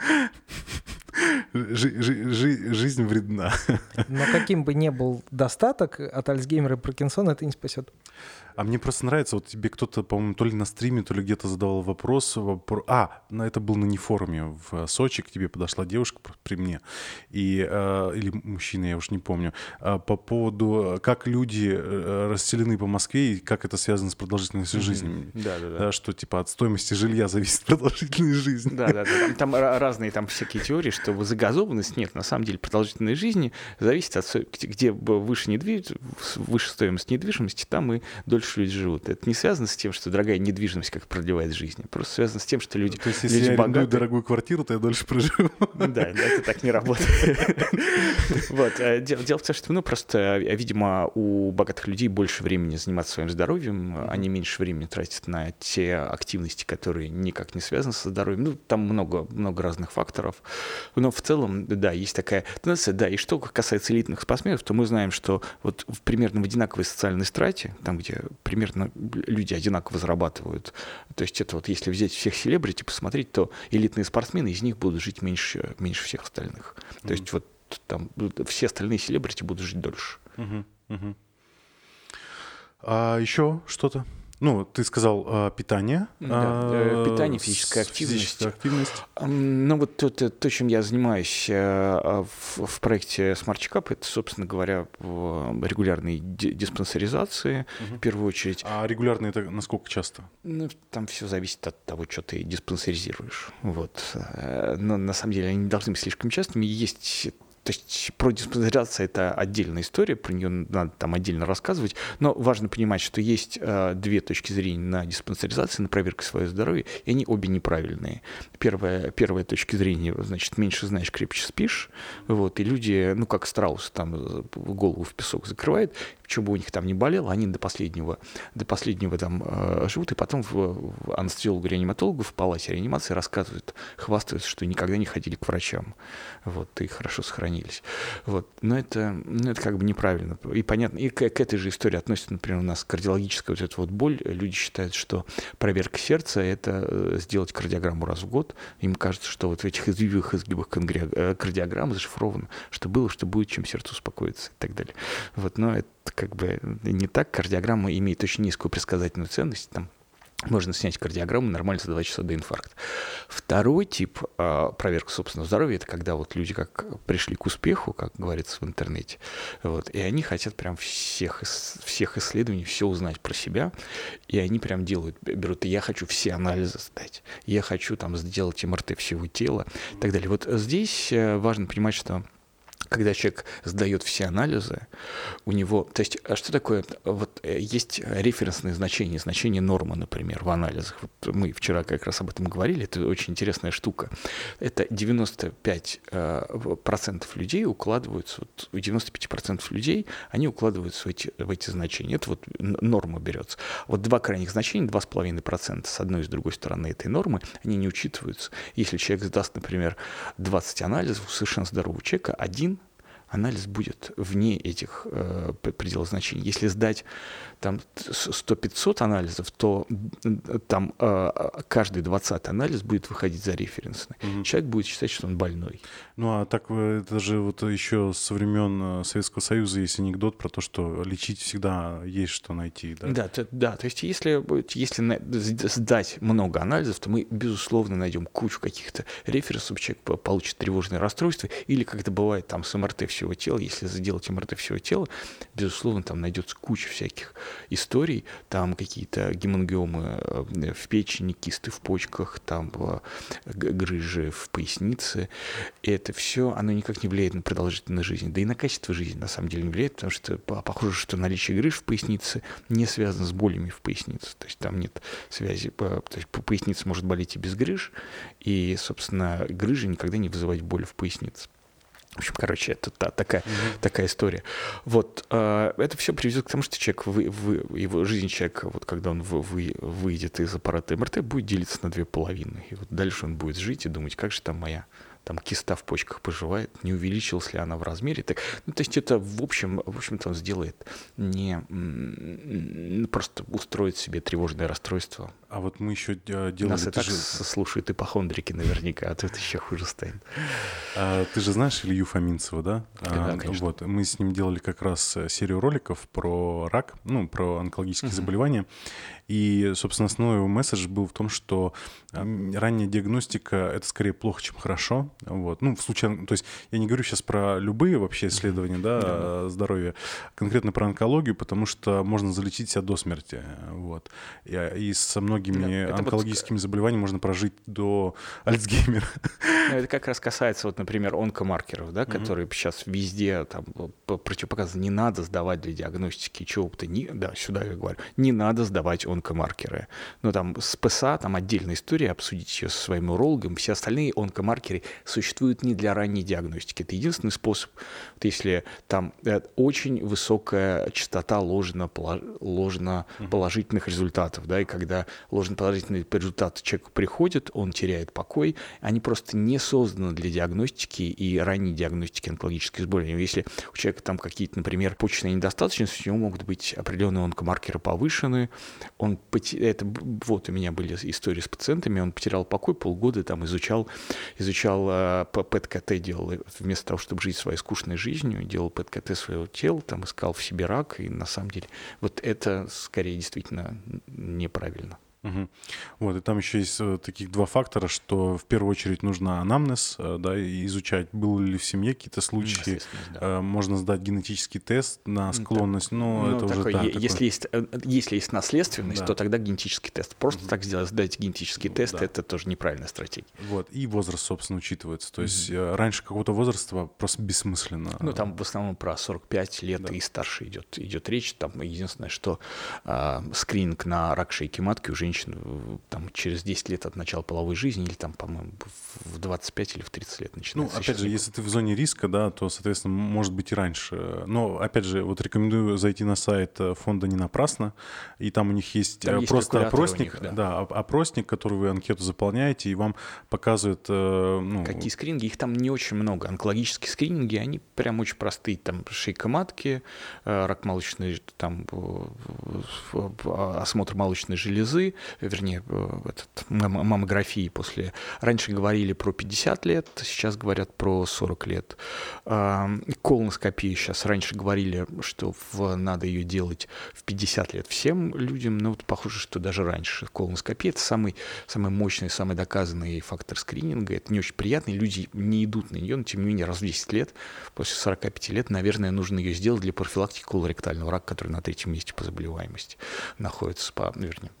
Жизнь вредна. Но каким бы ни был достаток, от Альцгеймера и Паркинсона это не спасет. А мне просто нравится, вот тебе кто-то, по-моему, то ли на стриме, то ли где-то задавал вопрос. Это был на нефоруме в Сочи, к тебе подошла девушка при мне, или мужчина, я уж не помню, по поводу, как люди расселены по Москве и как это связано с продолжительностью жизни. Да. Что типа от стоимости жилья зависит продолжительность жизни. Да. Там разные там всякие теории, что загазованность нет. На самом деле продолжительность жизни зависит от, где выше стоимость недвижимости, там и дольше люди живут. Это не связано с тем, что дорогая недвижимость как продлевает жизнь. Просто связано с тем, что люди богатые. То есть, если я арендую дорогую квартиру, то я дольше проживу. Да, это так не работает. Вот. Дело в том, что, просто, видимо, у богатых людей больше времени заниматься своим здоровьем, они меньше времени тратят на те активности, которые никак не связаны со здоровьем. Там много разных факторов. Но в целом, да, есть такая тенденция. Да, и что касается элитных спортсменов, то мы знаем, что вот примерно в одинаковой социальной страте, там, где примерно люди одинаково зарабатывают. То есть это вот если взять всех селебрити, посмотреть, то элитные спортсмены, из них будут жить меньше всех остальных. То есть вот там все остальные селебрити будут жить дольше. А еще что-то? Ты сказал питание. Питание, физическая активность. Вот то, чем я занимаюсь в проекте Smart Checkup, это, собственно говоря, регулярные диспансеризации, в первую очередь. А регулярные это насколько часто? Там все зависит от того, что ты диспансеризируешь. Вот. Но на самом деле они не должны быть слишком частыми. То есть про диспансеризацию — это отдельная история, про нее надо там отдельно рассказывать, но важно понимать, что есть две точки зрения на диспансеризацию, на проверку своего здоровья, и они обе неправильные. Первая точка зрения, значит, меньше знаешь, крепче спишь, вот, и люди, как страус, там голову в песок закрывают, что бы у них там ни болело, они до последнего там живут, и потом анестезиологу-реаниматологу в палате реанимации рассказывают, хвастаются, что никогда не ходили к врачам, вот, и хорошо сохранились. Вот. Но это как бы неправильно. И понятно, и к этой же истории относится, например, у нас кардиологическая вот эта вот боль. Люди считают, что проверка сердца — это сделать кардиограмму раз в год. Им кажется, что вот в этих изгибах кардиограммы зашифровано, что было, что будет, чем сердце успокоится и так далее. Вот. Но это как бы не так. Кардиограмма имеет очень низкую предсказательную ценность. Там можно снять кардиограмму нормально за 2 часа до инфаркта. Второй тип проверки собственного здоровья — это когда вот люди как пришли к успеху, как говорится в интернете, вот, и они хотят прям всех исследований, все узнать про себя, и они прям берут, и я хочу все анализы сдать, я хочу там сделать МРТ всего тела и так далее. Вот здесь важно понимать, что когда человек сдает все анализы, у него... То есть, а что такое? Вот есть референсные значения, значение нормы, например, в анализах. Вот мы вчера как раз об этом говорили, это очень интересная штука. Это 95% людей укладываются, вот у 95% людей, они укладываются в эти значения. Это вот норма берется. Вот два крайних значения, 2,5% с одной и с другой стороны этой нормы, они не учитываются. Если человек сдаст, например, 20 анализов, у совершенно здорового человека один анализ будет вне этих пределов значений. Если сдать там 100-500 анализов, то там каждый 20-й анализ будет выходить за референсный. Человек будет считать, что он больной. Ну, а так это же вот еще со времен Советского Союза есть анекдот про то, что лечить всегда есть что найти, да? Да, то есть если сдать много анализов, то мы, безусловно, найдем кучу каких-то референсов, человек получит тревожное расстройство, или, как это бывает там с МРТ всего тела, если сделать МРТ всего тела, безусловно, там найдется куча всяких историй, там какие-то гемангиомы в печени, кисты в почках, там грыжи в пояснице. И это все, оно никак не влияет на продолжительность жизни, да и на качество жизни на самом деле не влияет, потому что похоже, что наличие грыж в пояснице не связано с болями в пояснице, то есть там нет связи, то есть поясница может болеть и без грыж, и, собственно, грыжи никогда не вызывают боль в пояснице. В общем, короче, это такая история. Вот это все приведет к тому, что человек, его жизнь человека, вот когда он выйдет из аппарата МРТ, будет делиться на две половины. И вот дальше он будет жить и думать, как же там моя киста в почках поживает, не увеличилась ли она в размере. Так, ну, то есть это, в общем-то, он сделает не просто устроит себе тревожное расстройство. А вот мы еще делали... Нас и так слушают ипохондрики наверняка, а тут еще хуже станет. Ты же знаешь Илью Фоминцева, да? Да, конечно. Вот, мы с ним делали как раз серию роликов про рак, про онкологические заболевания. И, собственно, основной его месседж был в том, что ранняя диагностика — это скорее плохо, чем хорошо. Вот. Ну, в случае, то есть я не говорю сейчас про любые вообще исследования здоровья, конкретно про онкологию, потому что можно залечить себя до смерти. Вот. И со многими онкологическими заболеваниями можно прожить до Альцгеймера. Это как раз касается, вот, например, онкомаркеров, да, которые сейчас везде там противопоказаны. Не надо сдавать для диагностики чего-то. Сюда я говорю. Не надо сдавать онкомаркеры. Но там с ПСА, там отдельная история, обсудить ее со своим урологом. Все остальные онкомаркеры существуют не для ранней диагностики. Это единственный способ, вот если там очень высокая частота ложноположительных результатов, да, и когда ложноположительный результат человеку приходит, он теряет покой, они просто не созданы для диагностики и ранней диагностики онкологических заболеваний. Если у человека там какие-то, например, почечная недостаточность, у него могут быть определенные онкомаркеры повышены. Вот у меня были истории с пациентами, он потерял покой, полгода там изучал ПЭТ-КТ, делал вместо того, чтобы жить своей скучной жизнью, делал ПЭТ-КТ своего тела, там искал в себе рак, и на самом деле вот это скорее действительно неправильно. Вот, и там еще есть таких два фактора, что в первую очередь нужно анамнез, да, и изучать, были ли в семье какие-то случаи. Можно сдать генетический тест на склонность, но это такой, уже если есть наследственность, то тогда генетический тест. Просто так сдать генетический тест, это тоже неправильная стратегия. Вот, и возраст, собственно, учитывается. То есть раньше какого-то возраста просто бессмысленно. Ну, там в основном про 45 лет и старше идет речь. Там единственное, что скрининг на рак шейки матки у женщин там, через 10 лет от начала половой жизни или там, по-моему, в 25 или в 30 лет начинается. Ну, опять же, если ты в зоне риска, да, то, соответственно, может быть и раньше. Но, опять же, вот рекомендую зайти на сайт фонда «Не напрасно», и там у них есть просто опросник, опросник, который вы анкету заполняете, и вам показывают... Какие скрининги? Их там не очень много. Онкологические скрининги, они прям очень простые. Там шейка матки, рак молочной, там осмотр молочной железы, вернее, маммографии после... Раньше говорили про 50 лет, сейчас говорят про 40 лет. Колоноскопию сейчас раньше говорили, что надо ее делать в 50 лет всем людям, но вот похоже, что даже раньше. Колоноскопия — это самый мощный, самый доказанный фактор скрининга. Это не очень приятно, люди не идут на нее, но тем не менее раз в 10 лет, после 45 лет, наверное, нужно ее сделать для профилактики колоректального рака, который на 3-м месте по заболеваемости находится, по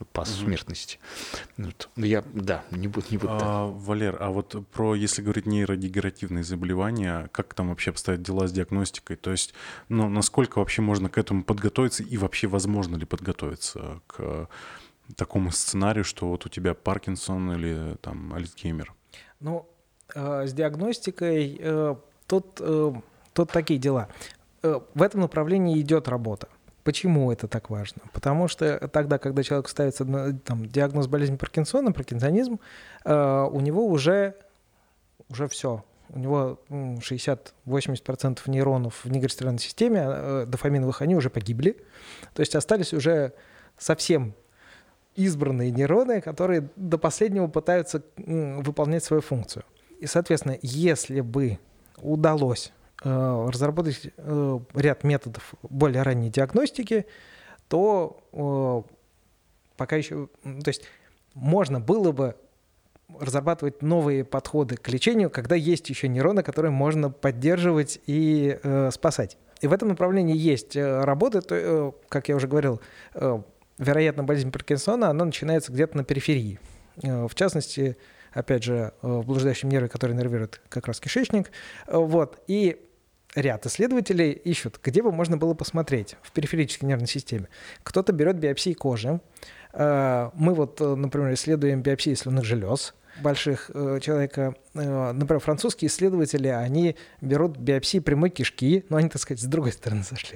смертности. Вот. Не буду так. Валер, а вот если говорить нейродегенеративные заболевания, как там вообще обстоят дела с диагностикой? То есть, насколько вообще можно к этому подготовиться и вообще возможно ли подготовиться к такому сценарию, что вот у тебя Паркинсон или там Альцгеймер? С диагностикой тут такие дела. В этом направлении идет работа. Почему это так важно? Потому что тогда, когда человеку ставится диагноз болезни Паркинсона, паркинсонизм, у него уже все. У него 60-80% нейронов в нейросетерной системе дофаминовых, они уже погибли. То есть остались уже совсем избранные нейроны, которые до последнего пытаются выполнять свою функцию. И, соответственно, если бы удалось разработать ряд методов более ранней диагностики, то пока еще... То есть можно было бы разрабатывать новые подходы к лечению, когда есть еще нейроны, которые можно поддерживать и спасать. И в этом направлении есть работы, как я уже говорил, вероятно, болезнь Паркинсона, она начинается где-то на периферии. В частности, опять же, в блуждающем нерве, который нервирует как раз кишечник. И ряд исследователей ищут, где бы можно было посмотреть в периферической нервной системе. Кто-то берет биопсии кожи. Мы например, исследуем биопсии слюнных желез больших человека. Например, французские исследователи, они берут биопсии прямой кишки, но они, так сказать, с другой стороны зашли.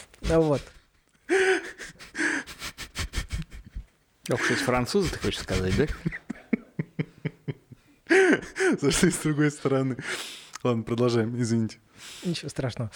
Ох, что французы, ты хочешь сказать, да? Зашли с другой стороны. Ладно, продолжаем, извините. Ничего страшного.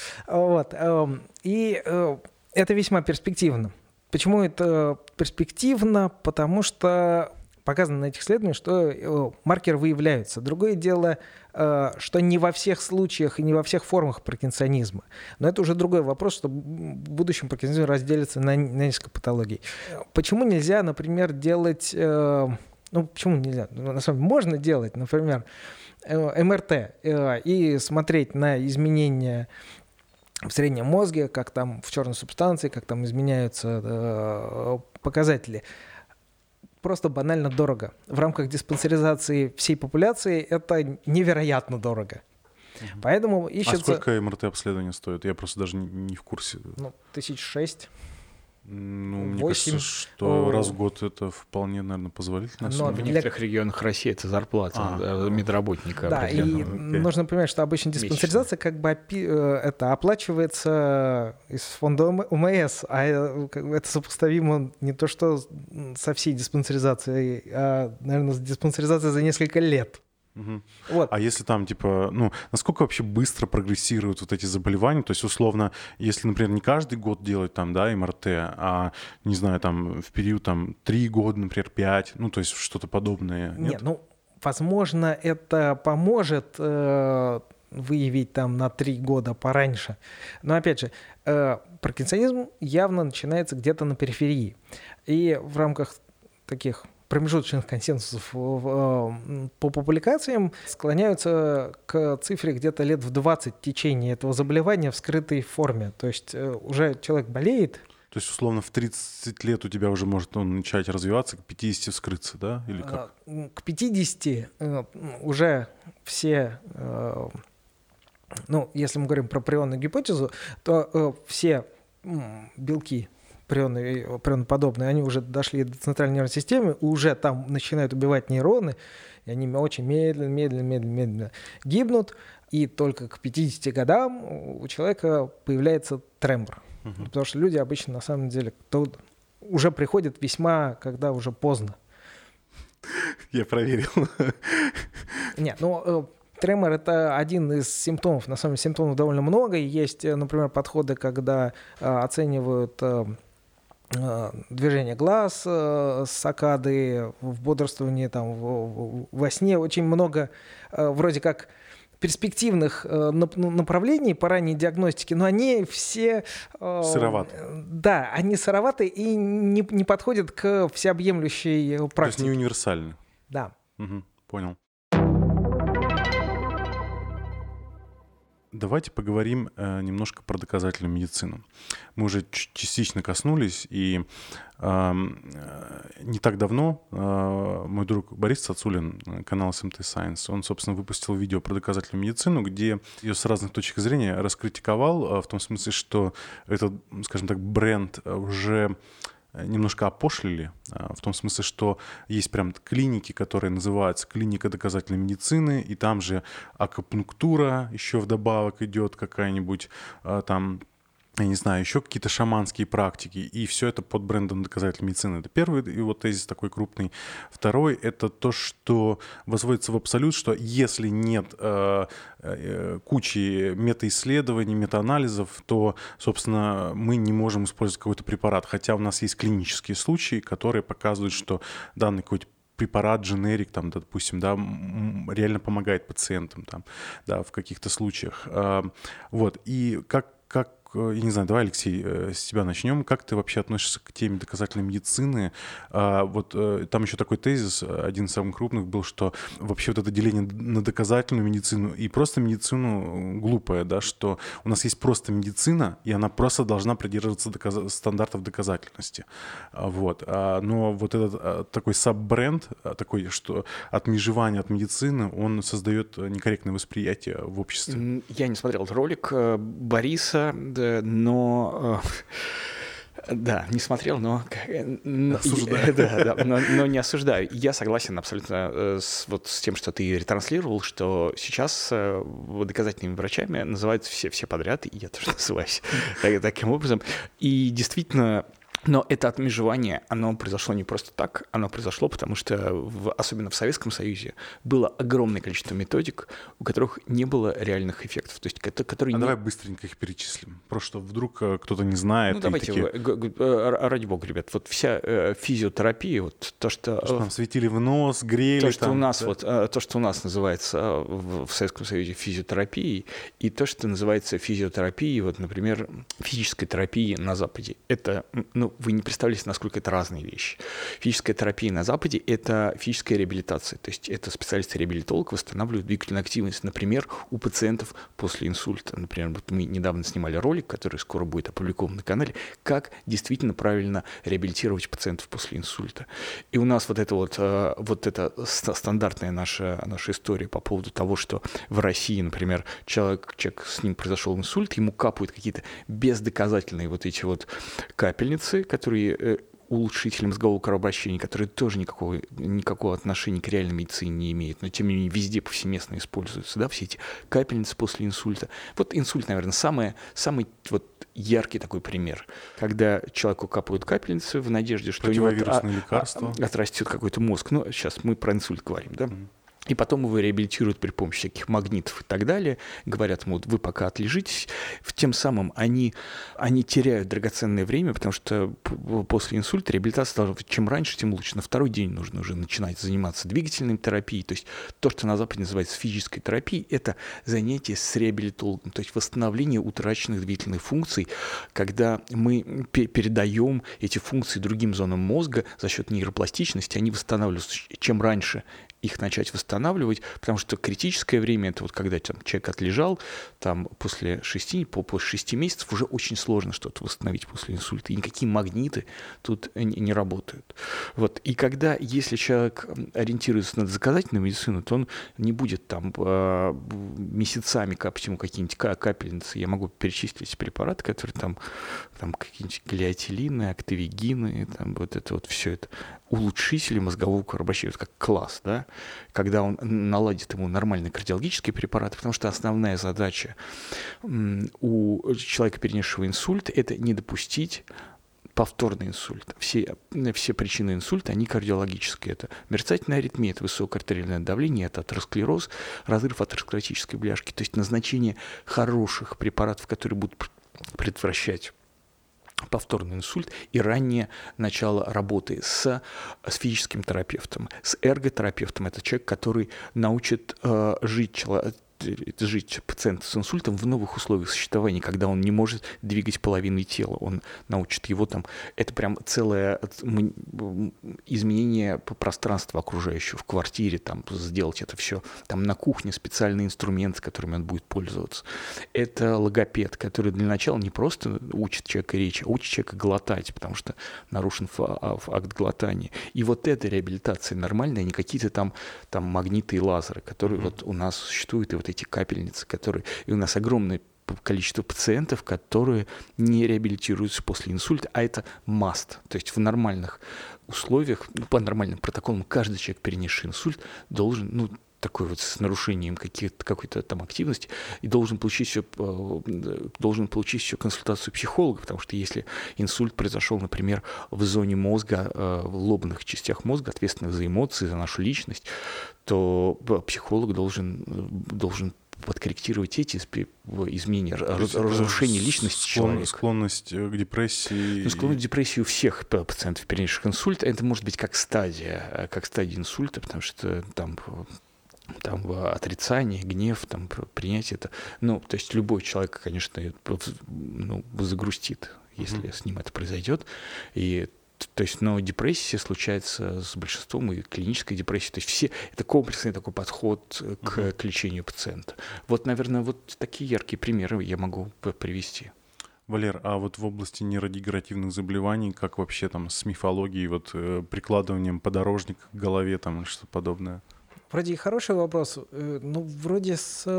И это весьма перспективно. Почему это перспективно? Потому что показано на этих исследованиях, что маркеры выявляются. Другое дело, что не во всех случаях и не во всех формах паркинсонизма. Но это уже другой вопрос, что в будущем паркинсонизм разделится на несколько патологий. Почему нельзя, например, делать... почему нельзя? На самом деле можно делать, например, МРТ и смотреть на изменения в среднем мозге, как там в черной субстанции, как там изменяются показатели. Просто банально дорого. В рамках диспансеризации всей популяции это невероятно дорого. Поэтому ищется... А сколько МРТ-обследование стоит? Я просто даже не в курсе. 1006. Мне кажется, что раз в год это вполне, наверное, позволительно. Но в некоторых регионах России это зарплата медработника. Да, и нужно понимать, что обычно диспансеризация это оплачивается из фонда ОМС, а это сопоставимо не то что со всей диспансеризацией, а, наверное, с диспансеризацией за несколько лет. Угу. А если там, насколько вообще быстро прогрессируют вот эти заболевания? То есть, условно, если, например, не каждый год делать там, МРТ, а, не знаю, там, в период 3 года, например, 5, то есть что-то подобное. Нет? Возможно, это поможет выявить там на 3 года пораньше. Но, опять же, паркинсонизм явно начинается где-то на периферии. И в рамках таких промежуточных консенсусов по публикациям склоняются к цифре где-то лет в 20 в течение этого заболевания в скрытой форме. То есть уже человек болеет. То есть, условно, в 30 лет у тебя уже может он начать развиваться, к 50 вскрыться, да? Или как? К 50 уже все... если мы говорим про прионную гипотезу, то все белки прионоподобные, они уже дошли до центральной нервной системы, уже там начинают убивать нейроны, и они очень медленно гибнут, и только к 50 годам у человека появляется тремор. Потому что люди обычно, на самом деле, уже приходят весьма, когда уже поздно. Я проверил. Нет, тремор — это один из симптомов. На самом деле симптомов довольно много. Есть, например, подходы, когда оценивают движение глаз, саккады, в бодрствовании, во сне. Очень много вроде как перспективных направлений по ранней диагностике, но они все... Сыроваты. Да, они сыроваты и не подходят к всеобъемлющей практике. То есть не универсальны. Да. Угу, понял. Давайте поговорим немножко про доказательную медицину. Мы уже частично коснулись, и не так давно мой друг Борис Цацулин, канал SMT Science, он, собственно, выпустил видео про доказательную медицину, где ее с разных точек зрения раскритиковал, в том смысле, что этот, скажем так, бренд уже немножко опошлили, в том смысле, что есть прям клиники, которые называются клиника доказательной медицины, и там же акупунктура еще вдобавок идет какая-нибудь там, я не знаю, еще какие-то шаманские практики, и все это под брендом доказательной медицины. Это первый его тезис такой крупный. Второй — это то, что возводится в абсолют, что если нет кучи метаисследований, метаанализов, то, собственно, мы не можем использовать какой-то препарат, хотя у нас есть клинические случаи, которые показывают, что данный какой-то препарат, дженерик, там, допустим, да, реально помогает пациентам там, да, в каких-то случаях. Вот. И как я не знаю, давай, Алексей, с тебя начнем. Как ты вообще относишься к теме доказательной медицины? Вот там еще такой тезис, один из самых крупных, был, что вообще вот это деление на доказательную медицину и просто медицину глупое, да, что у нас есть просто медицина, и она просто должна придерживаться стандартов доказательности. Вот. Но вот этот такой саббренд, такой, что отмежевание от медицины, он создает некорректное восприятие в обществе. Я не смотрел ролик Бориса, но да, не смотрел, но осуждаю. Но не осуждаю. Я согласен абсолютно с тем, что ты ретранслировал, что сейчас доказательными врачами называются все подряд, и я тоже называюсь таким образом. И действительно, но это отмежевание, оно произошло не просто так, оно произошло потому, что особенно в Советском Союзе было огромное количество методик, у которых не было реальных эффектов. То есть, которые давай быстренько их перечислим, просто что вдруг кто-то не знает. Ну давайте, ради бога, ребят, вот вся физиотерапия, вот то, что нам светили в нос, грели. То, что у нас, то, что у нас называется в Советском Союзе физиотерапией, и то, что называется физиотерапией, вот, например, физической терапией на Западе, это, вы не представляете, насколько это разные вещи. Физическая терапия на Западе – это физическая реабилитация. То есть это специалисты-реабилитолог восстанавливают двигательную активность, например, у пациентов после инсульта. Например, вот мы недавно снимали ролик, который скоро будет опубликован на канале, как действительно правильно реабилитировать пациентов после инсульта. И у нас вот эта стандартная наша история по поводу того, что в России, например, человек с ним произошел инсульт, ему капают какие-то бездоказательные вот эти вот капельницы, которые улучшители мозгового кровообращения, которые тоже никакого отношения к реальной медицине не имеют, но тем не менее везде повсеместно используются, да, все эти капельницы после инсульта. Вот инсульт, наверное, самый вот яркий такой пример, когда человеку капают капельницы в надежде, что у него отрастет какой-то мозг. Ну, сейчас мы про инсульт говорим, да? И потом его реабилитируют при помощи всяких магнитов и так далее. Говорят ему, вы пока отлежитесь. Тем самым они теряют драгоценное время, потому что после инсульта реабилитация должна быть чем раньше, тем лучше. На второй день нужно уже начинать заниматься двигательной терапией. То есть то, что на Западе называется физической терапией, это занятие с реабилитологом, то есть восстановление утраченных двигательных функций, когда мы передаем эти функции другим зонам мозга за счет нейропластичности, они восстанавливаются. Чем раньше их начать восстанавливать, потому что критическое время, это вот когда там, человек отлежал, там после 6 месяцев уже очень сложно что-то восстановить после инсульта, и никакие магниты тут не работают. Вот. И если человек ориентируется на доказательную медицину, то он не будет там месяцами капать ему какие-нибудь капельницы. Я могу перечислить препараты, которые там какие-нибудь глиотилины, актовигины, там вот это вот все это. Улучшители мозгового кровообращения, как класс, да, когда он наладит ему нормальные кардиологические препараты, потому что основная задача у человека, перенесшего инсульт, это не допустить повторный инсульт. Все причины инсульта, они кардиологические. Это мерцательная аритмия, это высокое артериальное давление, это атеросклероз, разрыв атеросклеротической бляшки. То есть назначение хороших препаратов, которые будут предотвращать повторный инсульт и раннее начало работы с физическим терапевтом, с эрготерапевтом. Это человек, который научит жить жить пациент с инсультом в новых условиях существования, когда он не может двигать половиной тела. Он научит его там... Это прям целое изменение пространства окружающего в квартире, там, сделать это все. Там на кухне специальные инструменты, которыми он будет пользоваться. Это логопед, который для начала не просто учит человека речи, а учит человека глотать, потому что нарушен акт глотания. И вот эта реабилитация нормальная, не какие-то там магниты и лазеры, которые вот у нас существуют, и вот эти капельницы, которые... И у нас огромное количество пациентов, которые не реабилитируются после инсульта, а это must. То есть в нормальных условиях, по нормальным протоколам, каждый человек, перенесший инсульт, должен, такой вот с нарушением какой-то там активности, и должен получить еще консультацию психолога, потому что если инсульт произошел, например, в зоне мозга, в лобных частях мозга, ответственных за эмоции, за нашу личность, то психолог должен подкорректировать эти изменения, разрушение личности человека. Склонность к депрессии. Склонность к депрессии у всех пациентов, перенесших инсульт, это может быть как стадия инсульта, потому что там отрицание, гнев, там, принятие это. То есть любой человек, конечно, загрустит, если с ним это произойдет. Но депрессия случается с большинством, и клиническая депрессия. То есть это комплексный такой подход к лечению пациента. Вот, наверное, вот такие яркие примеры я могу привести. Валер, а вот в области нейродегенеративных заболеваний, как вообще там с мифологией, прикладыванием подорожника к голове, там что-то подобное? Вроде и хороший вопрос. Вроде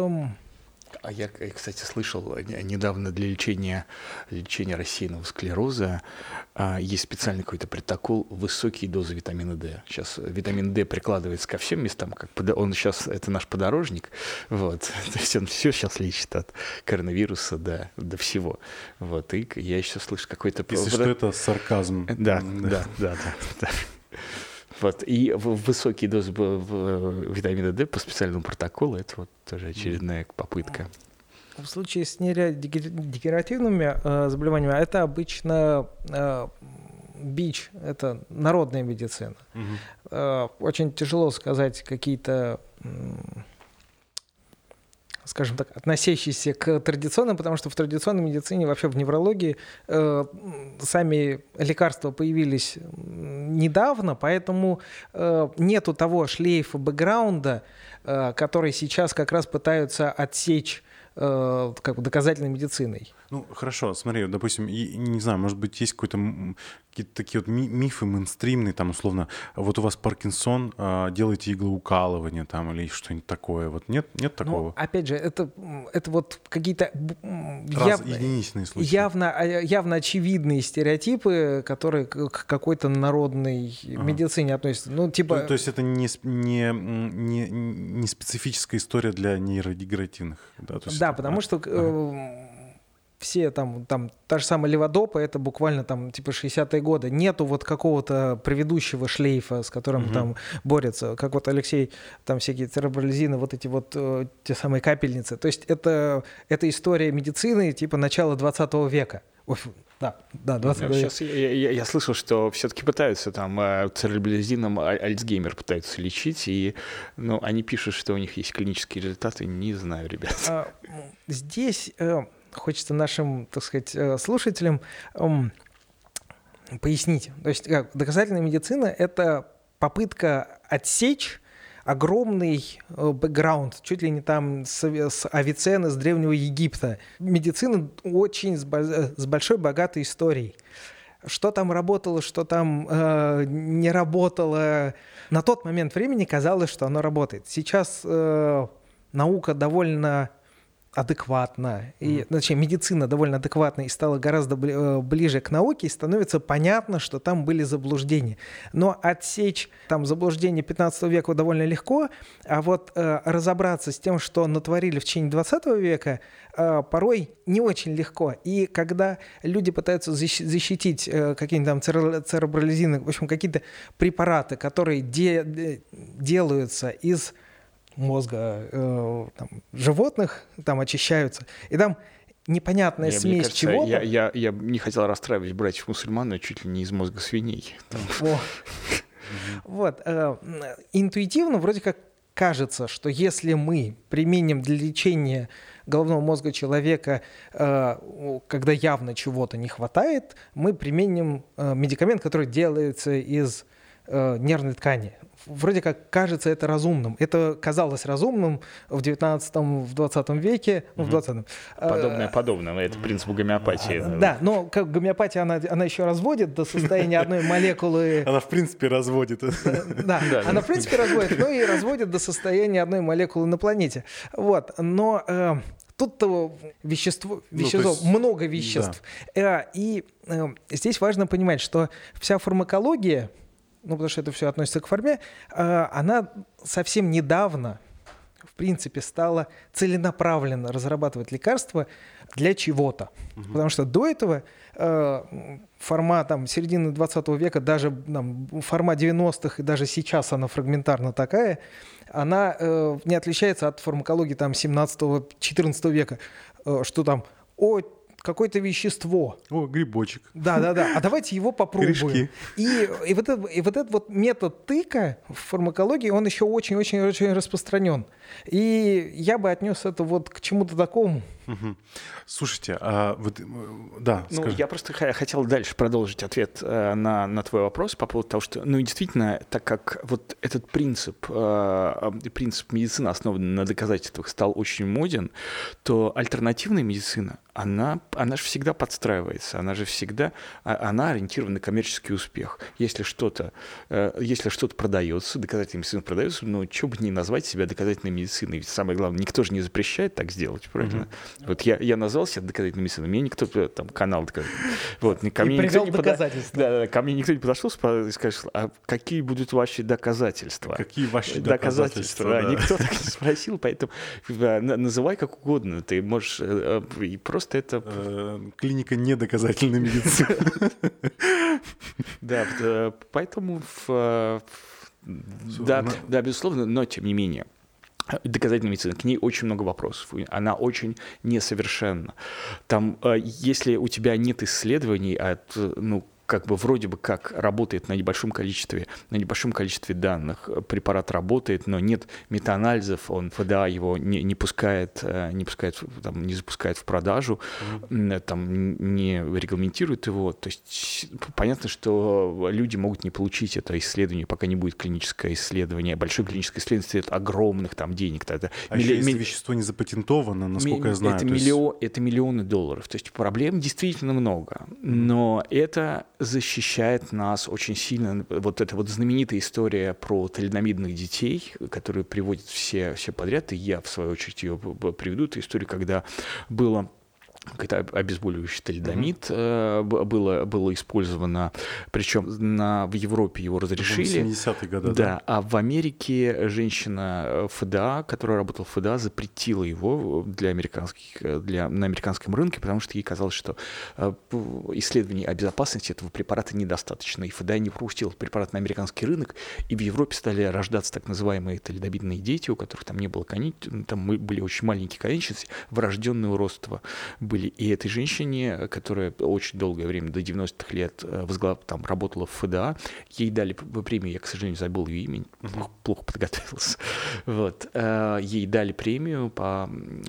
А я, кстати, слышал недавно для лечения рассеянного склероза есть специальный какой-то протокол высокие дозы витамина D. Сейчас витамин D прикладывается ко всем местам, он сейчас это наш подорожник, вот. То есть он все сейчас лечит от коронавируса до всего. Вот. И я еще слышу какой-то... Если что, это сарказм. Да. Вот. И высокие дозы витамина D по специальному протоколу — это вот тоже очередная попытка. В случае с нейродегенеративными заболеваниями это обычно бич, это народная медицина. Очень тяжело сказать какие-то, скажем так, относящиеся к традиционным, потому что в традиционной медицине, вообще в неврологии, сами лекарства появились недавно, поэтому нету того шлейфа бэкграунда, который сейчас как раз пытаются отсечь доказательной медициной. Хорошо, смотри, допустим, не знаю, может быть, есть какие-то такие вот мифы мейнстримные, там, условно, вот у вас Паркинсон, делайте иглоукалывание там или что-нибудь такое, вот нет такого? Опять же, это вот какие-то единичные случаи. Явно очевидные стереотипы, которые к какой-то народной медицине относятся. То есть это не специфическая история для нейродегенеративных, да? Потому что все там та же самая леводопа, это буквально там типа 60-е годы. Нету вот какого-то предыдущего шлейфа, с которым там борются. Как вот Алексей, там всякие церебролизины, вот эти вот те самые капельницы. То есть это история медицины типа начала 20 века. Ой, да, 20 века. Сейчас я слышал, что все-таки пытаются там церебролизином Альцгеймер пытаются лечить, и они пишут, что у них есть клинические результаты. Не знаю, ребят. Здесь... Хочется нашим, так сказать, слушателям пояснить. То есть доказательная медицина — это попытка отсечь огромный бэкграунд, чуть ли не там с Авиценны, с Древнего Египта. Медицина очень с большой богатой историей. Что там работало, что там не работало. На тот момент времени казалось, что оно работает. Сейчас наука довольно адекватно, медицина довольно адекватна и стала гораздо ближе к науке, и становится понятно, что там были заблуждения. Но отсечь там заблуждения 15 века довольно легко, а вот разобраться с тем, что натворили в течение 20 века, порой не очень легко. И когда люди пытаются защитить какие-нибудь там церебролизины, в общем, какие-то препараты, которые делаются из мозга животных, там очищаются, и там непонятная смесь чего-то. Я не хотел расстраивать братьев-мусульман, но чуть ли не из мозга свиней. Вот. Интуитивно вроде как кажется, что если мы применим для лечения головного мозга человека, когда явно чего-то не хватает, мы применим медикамент, который делается из нервной ткани. Вроде как кажется это разумным. Это казалось разумным в 19-м, в 20 веке, ну, в 20-м. Подобное. Это принцип гомеопатии. Да, но как гомеопатия, она еще разводит до состояния одной молекулы. Она в принципе разводит. Да, она в принципе разводит, но и разводит до состояния одной молекулы на планете. Вот, но тут-то много веществ. Да. И здесь важно понимать, что вся фармакология, ну, потому что это все относится к форме, она совсем недавно, в принципе, стала целенаправленно разрабатывать лекарства для чего-то. Потому что до этого форма середины 20 века, даже форма 90-х, и даже сейчас она фрагментарно такая, она не отличается от фармакологии 17-14 века, что там какое-то вещество. О, грибочек. Да. А давайте его попробуем. Корешки. И вот этот вот метод тыка в фармакологии, он еще очень-очень-очень распространен. И я бы отнес это вот к чему-то такому. Угу. Слушайте, скажи. Я просто хотел дальше продолжить ответ на твой вопрос по поводу того, что, действительно, так как вот этот принцип медицины, основанный на доказательствах, стал очень моден, то альтернативная медицина, она же всегда подстраивается, она ориентирована на коммерческий успех. Если что-то продается, доказательная медицина продается, что бы ни назвать себя доказательной медициной, ведь самое главное, никто же не запрещает так сделать, правильно? Вот я назвал себя доказательной медициной, мне никто канал доказательный. Вот, ко мне никто не подошел и сказал, а какие будут ваши доказательства? Какие ваши доказательства? Да. Никто так не спросил, поэтому называй как угодно, ты можешь и просто это... Клиника недоказательной медицины. Да, поэтому, да, безусловно, но тем не менее. Доказательная медицина, к ней очень много вопросов, она очень несовершенна. Там, если у тебя нет исследований, вроде бы как работает на небольшом количестве данных, препарат работает, но нет метаанализов, ФДА его не запускает в продажу, не регламентирует его. То есть понятно, что люди могут не получить это исследование, пока не будет клиническое исследование. Большое клиническое исследование стоит огромных денег. Если вещество не запатентовано, насколько я знаю. Это миллионы долларов. То есть проблем действительно много. Но это защищает нас очень сильно. Вот эта вот знаменитая история про талидомидных детей, которые приводят все подряд, и я, в свою очередь, ее приведу. Это история, когда было какой-то обезболивающий талидомид было использовано, причем в Европе его разрешили. В 70-е годы, да. А в Америке женщина ФДА, которая работала в ФДА, запретила его на американском рынке, потому что ей казалось, что исследований о безопасности этого препарата недостаточно. И ФДА не пропустил препарат на американский рынок, и в Европе стали рождаться так называемые талидомидные дети, у которых там не было там были очень маленькие конечности, врожденные уродства были. И этой женщине, которая очень долгое время, до 90-х лет, работала в ФДА, ей дали премию, я, к сожалению, забыл ее имя, плохо подготовился. Вот. Ей дали премию по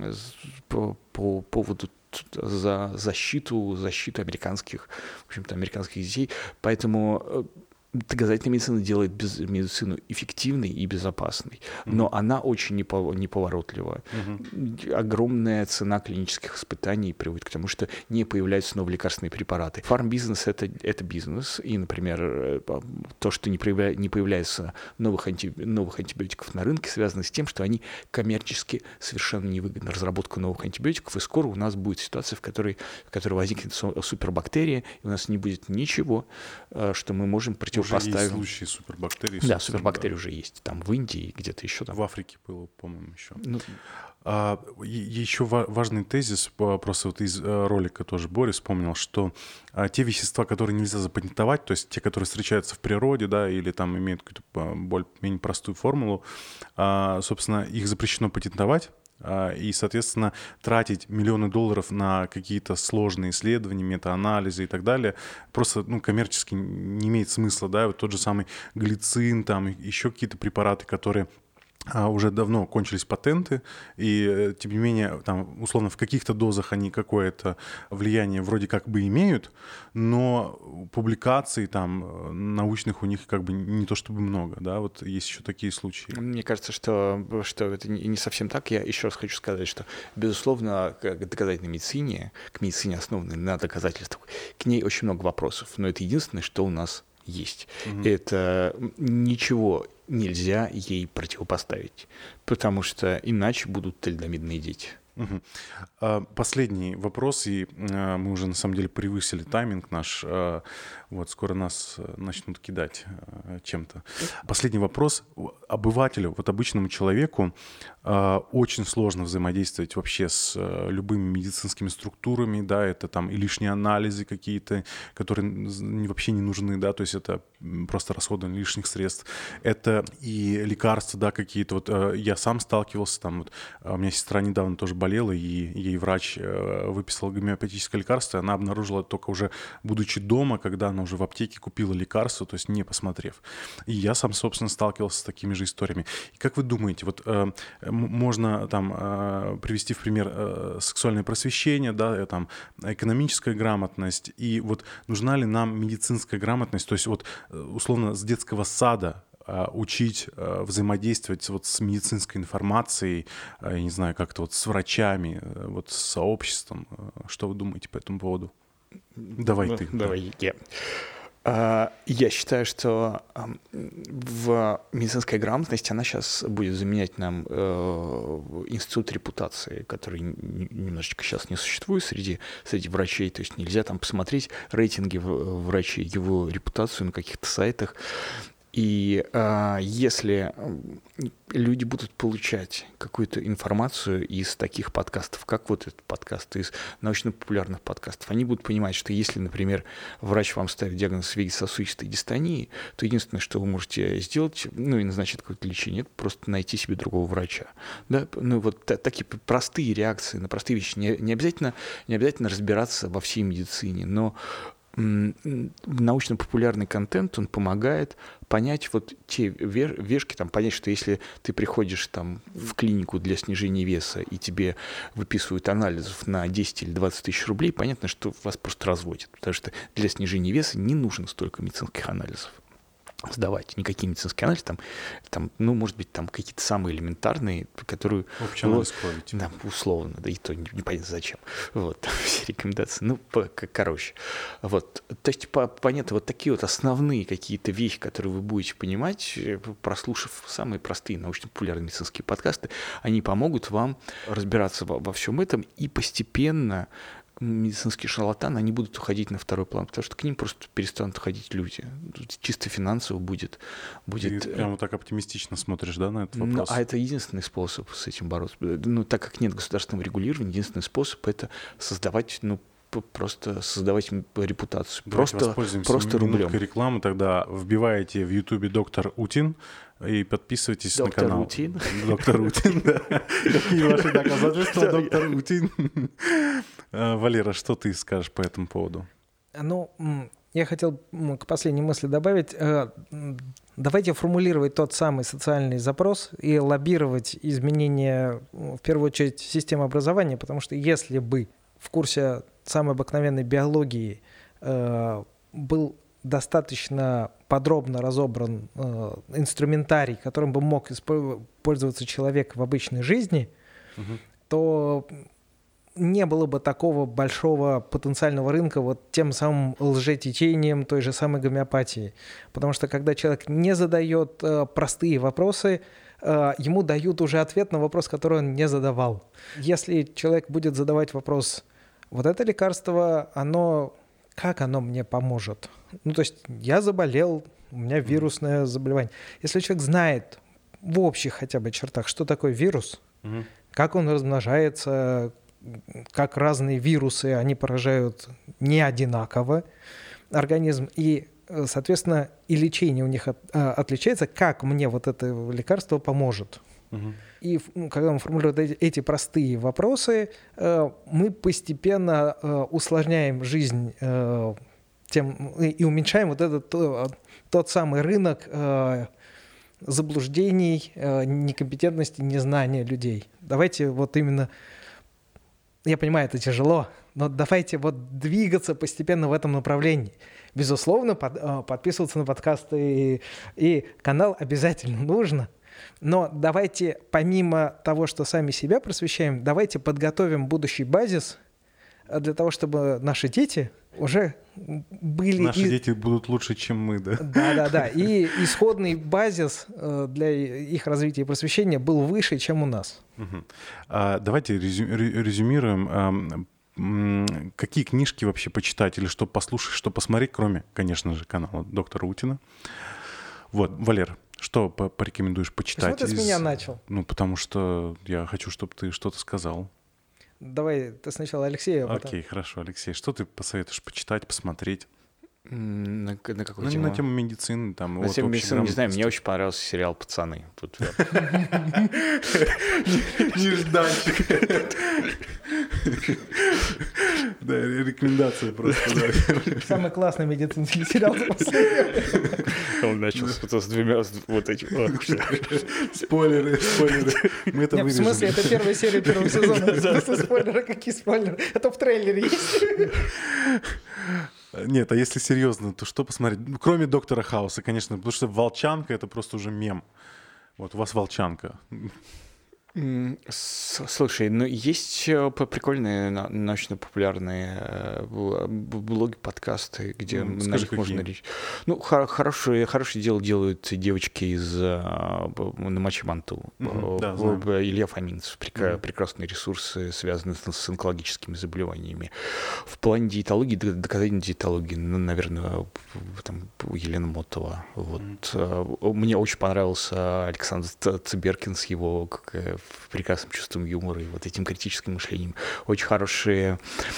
поводу за защиту американских детей. Поэтому доказательная медицина делает медицину эффективной и безопасной, но она очень неповоротливая. Огромная цена клинических испытаний приводит к тому, что не появляются новые лекарственные препараты. Фармбизнес — это бизнес, и, например, то, что не появляется новых антибиотиков на рынке, связано с тем, что они коммерчески совершенно невыгодны. Разработка новых антибиотиков, и скоро у нас будет ситуация, в которой возникнет супербактерия, и у нас не будет ничего, что мы можем противопоставить. Уже есть случаи супербактерий. Да, супербактерии уже есть. Там в Индии, где-то еще там. В Африке было, по-моему, еще. Еще важный тезис, просто вот из ролика тоже Борис вспомнил, что те вещества, которые нельзя запатентовать, то есть те, которые встречаются в природе, да, или там имеют какую-то более-менее простую формулу, собственно, их запрещено патентовать. И, соответственно, тратить миллионы долларов на какие-то сложные исследования, метаанализы и так далее просто коммерчески не имеет смысла. Да? Вот тот же самый глицин, там еще какие-то препараты, которые уже давно кончились патенты, и тем не менее, там, условно, в каких-то дозах они какое-то влияние вроде как бы имеют, но публикаций там научных у них как бы не то чтобы много, да, вот есть еще такие случаи. Мне кажется, что это не совсем так. Я еще раз хочу сказать, что, безусловно, к доказательной медицине, к медицине, основанной на доказательствах, к ней очень много вопросов, но это единственное, что у нас есть. Это ничего нельзя ей противопоставить, потому что иначе будут тальдомидные дети. Последний вопрос, и мы уже на самом деле превысили тайминг наш, вот скоро нас начнут кидать чем-то. Последний вопрос. Обывателю, вот обычному человеку очень сложно взаимодействовать вообще с любыми медицинскими структурами, да, это там и лишние анализы какие-то, которые вообще не нужны, да, то есть это просто расходование лишних средств, это и лекарства, да, какие-то, вот я сам сталкивался, там вот у меня сестра недавно тоже болела, и ей врач выписал гомеопатическое лекарство, и она обнаружила это только уже будучи дома, когда она уже в аптеке купила лекарство, то есть не посмотрев. И я сам, собственно, сталкивался с такими же историями. И как вы думаете, вот можно там привести в пример сексуальное просвещение, да, там экономическая грамотность, и вот нужна ли нам медицинская грамотность, то есть вот условно с детского сада учить взаимодействовать вот с медицинской информацией, я не знаю, как-то вот с врачами, вот с сообществом. Что вы думаете по этому поводу? Давай ты. Давай я. Я считаю, что в медицинская грамотность, она сейчас будет заменять нам институт репутации, который немножечко сейчас не существует среди врачей. То есть нельзя там посмотреть рейтинги врачей, его репутацию на каких-то сайтах. И если люди будут получать какую-то информацию из таких подкастов, как вот этот подкаст, из научно-популярных подкастов, они будут понимать, что если, например, врач вам ставит диагноз вегетососудистой дистонии, то единственное, что вы можете сделать, ну и назначить какое-то лечение, это просто найти себе другого врача. Да? Ну вот такие простые реакции на простые вещи. Не обязательно разбираться во всей медицине, но научно-популярный контент, он помогает понять вот те вешки, там, понять, что если ты приходишь там, в клинику для снижения веса и тебе выписывают анализов на 10 или 20 тысяч рублей, понятно, что вас просто разводят, потому что для снижения веса не нужно столько медицинских анализов сдавать. Никакие медицинские анализы, там, ну, может быть, там какие-то самые элементарные, которые... Общий анализ крови. Да, условно, да и то непонятно зачем. Вот, все рекомендации. Ну, короче. Вот, то есть, понятно, вот такие вот основные какие-то вещи, которые вы будете понимать, прослушав самые простые научно-популярные медицинские подкасты, они помогут вам разбираться во всем этом и постепенно медицинские шарлатаны, они будут уходить на второй план, потому что к ним просто перестанут ходить люди. Чисто финансово будет... Ты прямо так оптимистично смотришь, да, на этот вопрос? А это единственный способ с этим бороться. Ну, так как нет государственного регулирования, единственный способ — это создавать, просто создавать репутацию. Давайте Просто рублем. Рекламы тогда вбиваете в Ютубе «Доктор Утин» и подписывайтесь на канал. Утин. Доктор Утин, да. Какие ваши доказательства, доктор Утин? Валера, что ты скажешь по этому поводу? Ну, я хотел к последней мысли добавить. Давайте формулировать тот самый социальный запрос и лоббировать изменения, в первую очередь, системы образования, потому что если бы в курсе самой обыкновенной биологии был достаточно подробно разобран инструментарий, которым бы мог пользоваться человек в обычной жизни, то не было бы такого большого потенциального рынка вот тем самым лжетечением той же самой гомеопатии. Потому что когда человек не задает простые вопросы, ему дают уже ответ на вопрос, который он не задавал. Если человек будет задавать вопрос, вот это лекарство, как оно мне поможет? Ну, то есть я заболел, у меня вирусное заболевание. Если человек знает в общих хотя бы чертах, что такое вирус, как он размножается, как разные вирусы, они поражают не одинаково организм, и, соответственно, и лечение у них отличается, как мне вот это лекарство поможет. И когда мы формулируем эти простые вопросы, мы постепенно усложняем жизнь и уменьшаем вот этот тот самый рынок заблуждений, некомпетентности, незнания людей. Давайте вот именно, я понимаю, это тяжело, но давайте вот двигаться постепенно в этом направлении. Безусловно, подписываться на подкасты и канал обязательно нужно. Но давайте, помимо того, что сами себя просвещаем, давайте подготовим будущий базис для того, чтобы наши дети уже были... Наши дети будут лучше, чем мы, да? Да. И исходный базис для их развития и просвещения был выше, чем у нас. Давайте резюмируем. Какие книжки вообще почитать или что послушать, что посмотреть, кроме, конечно же, канала доктора Утина. Вот, Валер, что порекомендуешь почитать? Почему ты с меня начал? Ну, потому что я хочу, чтобы ты что-то сказал. Давай, ты сначала Алексея, а потом... Окей, хорошо, Алексей. Что ты посоветуешь почитать, посмотреть? На какую тему? На тему медицины. Там, на тему медицины, не знаю, мне очень понравился сериал «Пацаны». Нежданчик. Да, рекомендация просто. Самый классный медицинский сериал за последнее. Он начал с двумя вот этими. Спойлеры. Мы это вырежем. В смысле, это первая серия первого сезона. Спойлеры, какие спойлеры? Это в трейлере есть. Нет, а если серьезно, то что посмотреть? Кроме «Доктора Хауса», конечно, потому что «Волчанка» — это просто уже мем. Вот у вас «Волчанка». Слушай, ну есть прикольные научно-популярные блоги, подкасты, где на них можно речь. Ну, хорошее дело делают девочки из «На маче Манту». Илья Фоминцев. Прекрасные ресурсы, связанные с онкологическими заболеваниями. В плане диетологии, доказательной диетологии, ну, наверное, там Елена Мотова. Вот. Мне очень понравился Александр Цыберкин с его прекрасным чувством юмора и вот этим критическим мышлением. Очень хорошие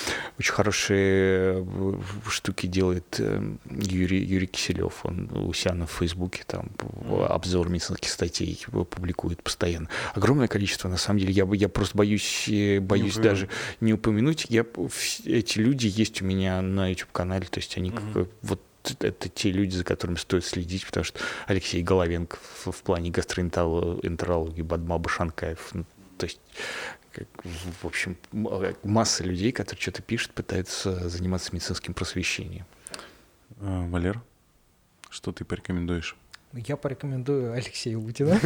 штуки делает Юрий Киселев. Он у себя на Фейсбуке там обзор медицинских статей публикует постоянно. Огромное количество, на самом деле. Я просто боюсь даже не упомянуть. Эти люди есть у меня на YouTube-канале, то есть они вот это те люди, за которыми стоит следить, потому что Алексей Головенко в плане гастроэнтерологии, Бадмаба Шанкаев, ну, то есть, в общем, масса людей, которые что-то пишут, пытаются заниматься медицинским просвещением. Валер, что ты порекомендуешь? Я порекомендую Алексея Утина.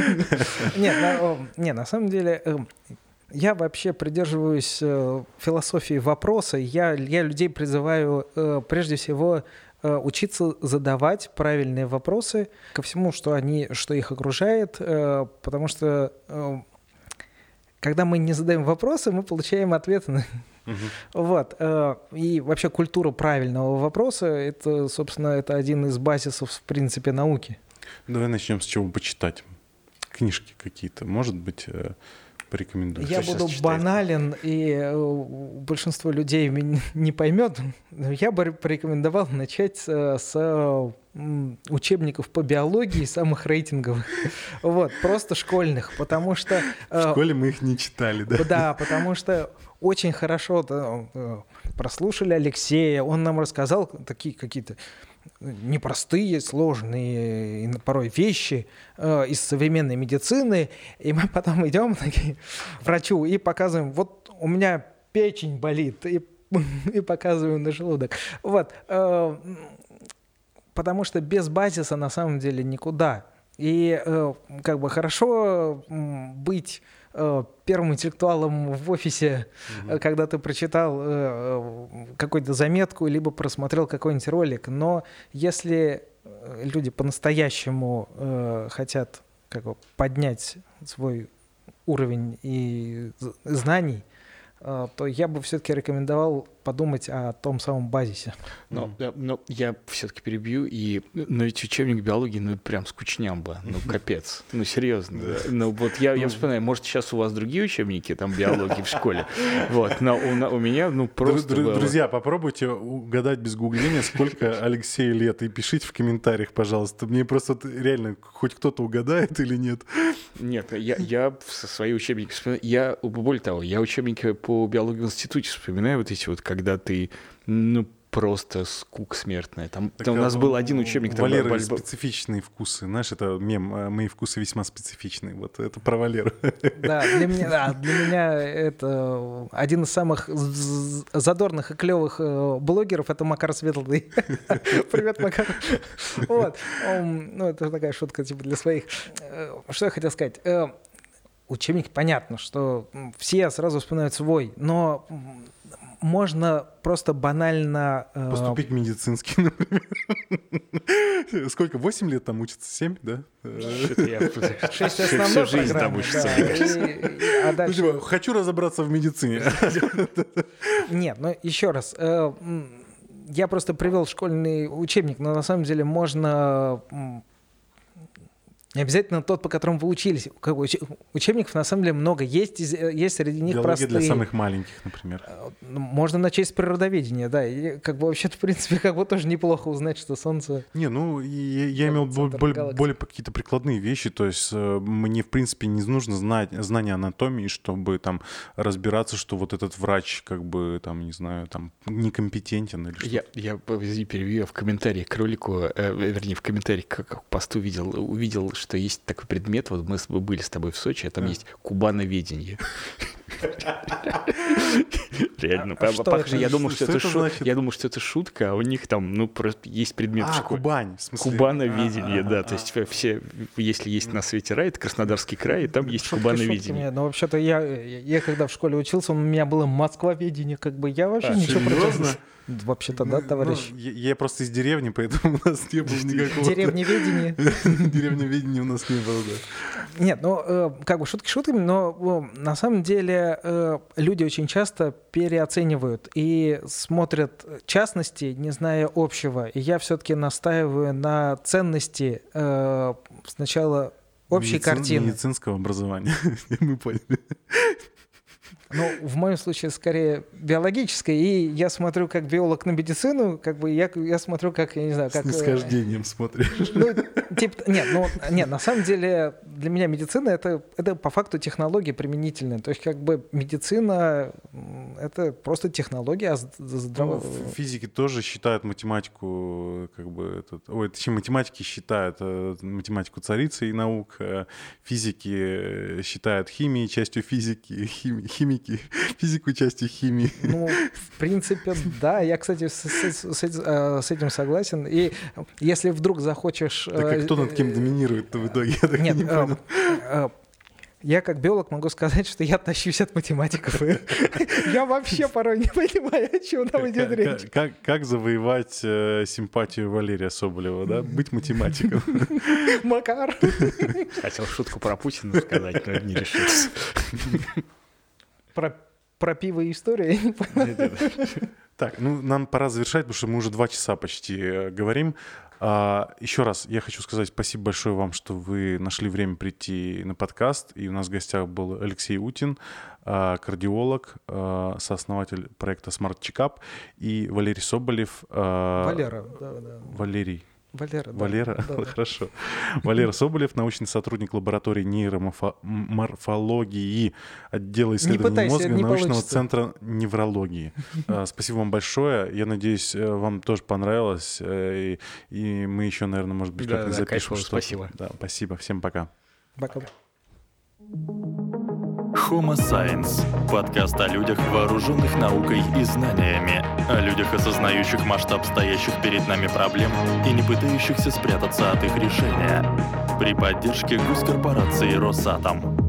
Нет, на самом деле... Я вообще придерживаюсь философии вопроса. Я людей призываю прежде всего учиться задавать правильные вопросы ко всему, что их окружает, потому что когда мы не задаем вопросы, мы получаем ответы. Вот. И вообще культура правильного вопроса — это, собственно, это один из базисов, в принципе, науки. Давай начнем с чего почитать. Книжки какие-то, может быть... порекомендую. Я буду банален, и большинство людей меня не поймет. Я бы порекомендовал начать с учебников по биологии, самых рейтинговых. Вот, просто школьных, потому что... В школе мы их не читали, да? Да, потому что очень хорошо прослушали Алексея, он нам рассказал такие какие-то непростые, сложные порой вещи из современной медицины, и мы потом идем к врачу и показываем, вот у меня печень болит, и показываем на желудок. Вот. Потому что без базиса на самом деле никуда. И как бы хорошо быть первым интеллектуалом в офисе, когда ты прочитал какую-то заметку, либо просмотрел какой-нибудь ролик. Но если люди по-настоящему хотят поднять свой уровень и знаний, то я бы все-таки рекомендовал подумать о том самом базисе. Но я все-таки перебью, но ведь учебник биологии, ну, прям скучнямба, ну, капец, ну, серьезно. Ну, вот я вспоминаю, может, сейчас у вас другие учебники, там, биологии в школе, вот, но у меня, ну, просто... Друзья, попробуйте угадать без гугления, сколько Алексею лет, и пишите в комментариях, пожалуйста. Мне просто реально, хоть кто-то угадает или нет. Нет, я свои учебники вспоминаю, более того, я учебники по биологии в институте вспоминаю, вот эти вот, когда ты, ну, просто скука смертная. Там у нас был один учебник. У Валеры специфичные вкусы. Знаешь, это мем «Мои вкусы весьма специфичные». Вот это про Валеру. Да, для меня это один из самых задорных и клевых блогеров — это Макар Светлый. Привет, Макар. Вот. Ну, это такая шутка типа для своих. Что я хотел сказать? Учебник, понятно, что все сразу вспоминают свой, но можно просто банально... Поступить в медицинский, например. Сколько, 8 лет там учатся? 7, да? 6 основных всю жизнь там учатся. А дальше... Хочу разобраться в медицине. Нет, ну еще раз. Я просто привел школьный учебник, но на самом деле можно... Не обязательно тот, по которому вы учились. Учебников на самом деле много. Есть среди них биология простые. Для самых маленьких, например. Можно начать с природоведения, да. И вообще-то, в принципе, тоже неплохо узнать, что Солнце... Не, ну, я имел более какие-то прикладные вещи. То есть мне, в принципе, не нужно знание анатомии, чтобы там разбираться, что вот этот врач, там, не знаю, там, некомпетентен или что-то. Я перевью в комментарии к ролику, вернее, в комментарии к посту увидел, что есть такой предмет, вот мы были с тобой в Сочи, а там есть кубановедение. Реально. Я думал, что это шутка, а у них там, просто есть предмет в школе. Кубань, в смысле? Кубановедение, да. То есть все, если есть на свете рай, это Краснодарский край, и там есть кубановедение. Но вообще-то я когда в школе учился, у меня было москвоведение, я вообще ничего про это... Вообще-то, да, товарищ? Я просто из деревни, поэтому у нас не было никакого... Деревневедение? Деревневедения у нас не было, да. Нет, шутки шутками, но на самом деле люди очень часто переоценивают и смотрят частности, не зная общего. И я все-таки настаиваю на ценности сначала общей картины. Медицинского образования, мы поняли. Ну, в моем случае, скорее, биологическое. И я смотрю как биолог на медицину, я смотрю как, я не знаю, как... С нисхождением смотришь. Нет, на самом деле для меня медицина это по факту технология применительная. То есть медицина — это просто технология Физики тоже считают математику, точнее, математики считают математику царицей наук, физики считают химией частью физики, химики физику частью химии. Ну, в принципе, да. Я, кстати, с этим согласен. И если вдруг захочешь... Так кто над кем доминирует-то в итоге? Я так и не понял. Я как биолог могу сказать, что я тащусь от математиков. Я вообще порой не понимаю, о чем там идет речь. Как завоевать симпатию Валерия Соболева, да? Быть математиком. Макар. Хотел шутку про Путина сказать, но не решился. Про пиво и историю? Я не понял. Так, нам пора завершать, потому что мы уже 2 часа почти говорим. Еще раз я хочу сказать спасибо большое вам, что вы нашли время прийти на подкаст. И у нас в гостях был Алексей Утин, кардиолог, сооснователь проекта Smart Checkup, и Валерий Соболев. Валера, да. Валерий. Валера, да. Хорошо. Валера Соболев, научный сотрудник лаборатории нейроморфологии отдела исследований мозга научного центра неврологии. Спасибо вам большое. Я надеюсь, вам тоже понравилось. И мы еще, наверное, может быть, как-то запишем что-то. Спасибо. Да, спасибо. Всем пока. Пока. Homo Science – подкаст о людях, вооруженных наукой и знаниями, о людях, осознающих масштаб стоящих перед нами проблем и не пытающихся спрятаться от их решения. При поддержке госкорпорации «Росатом».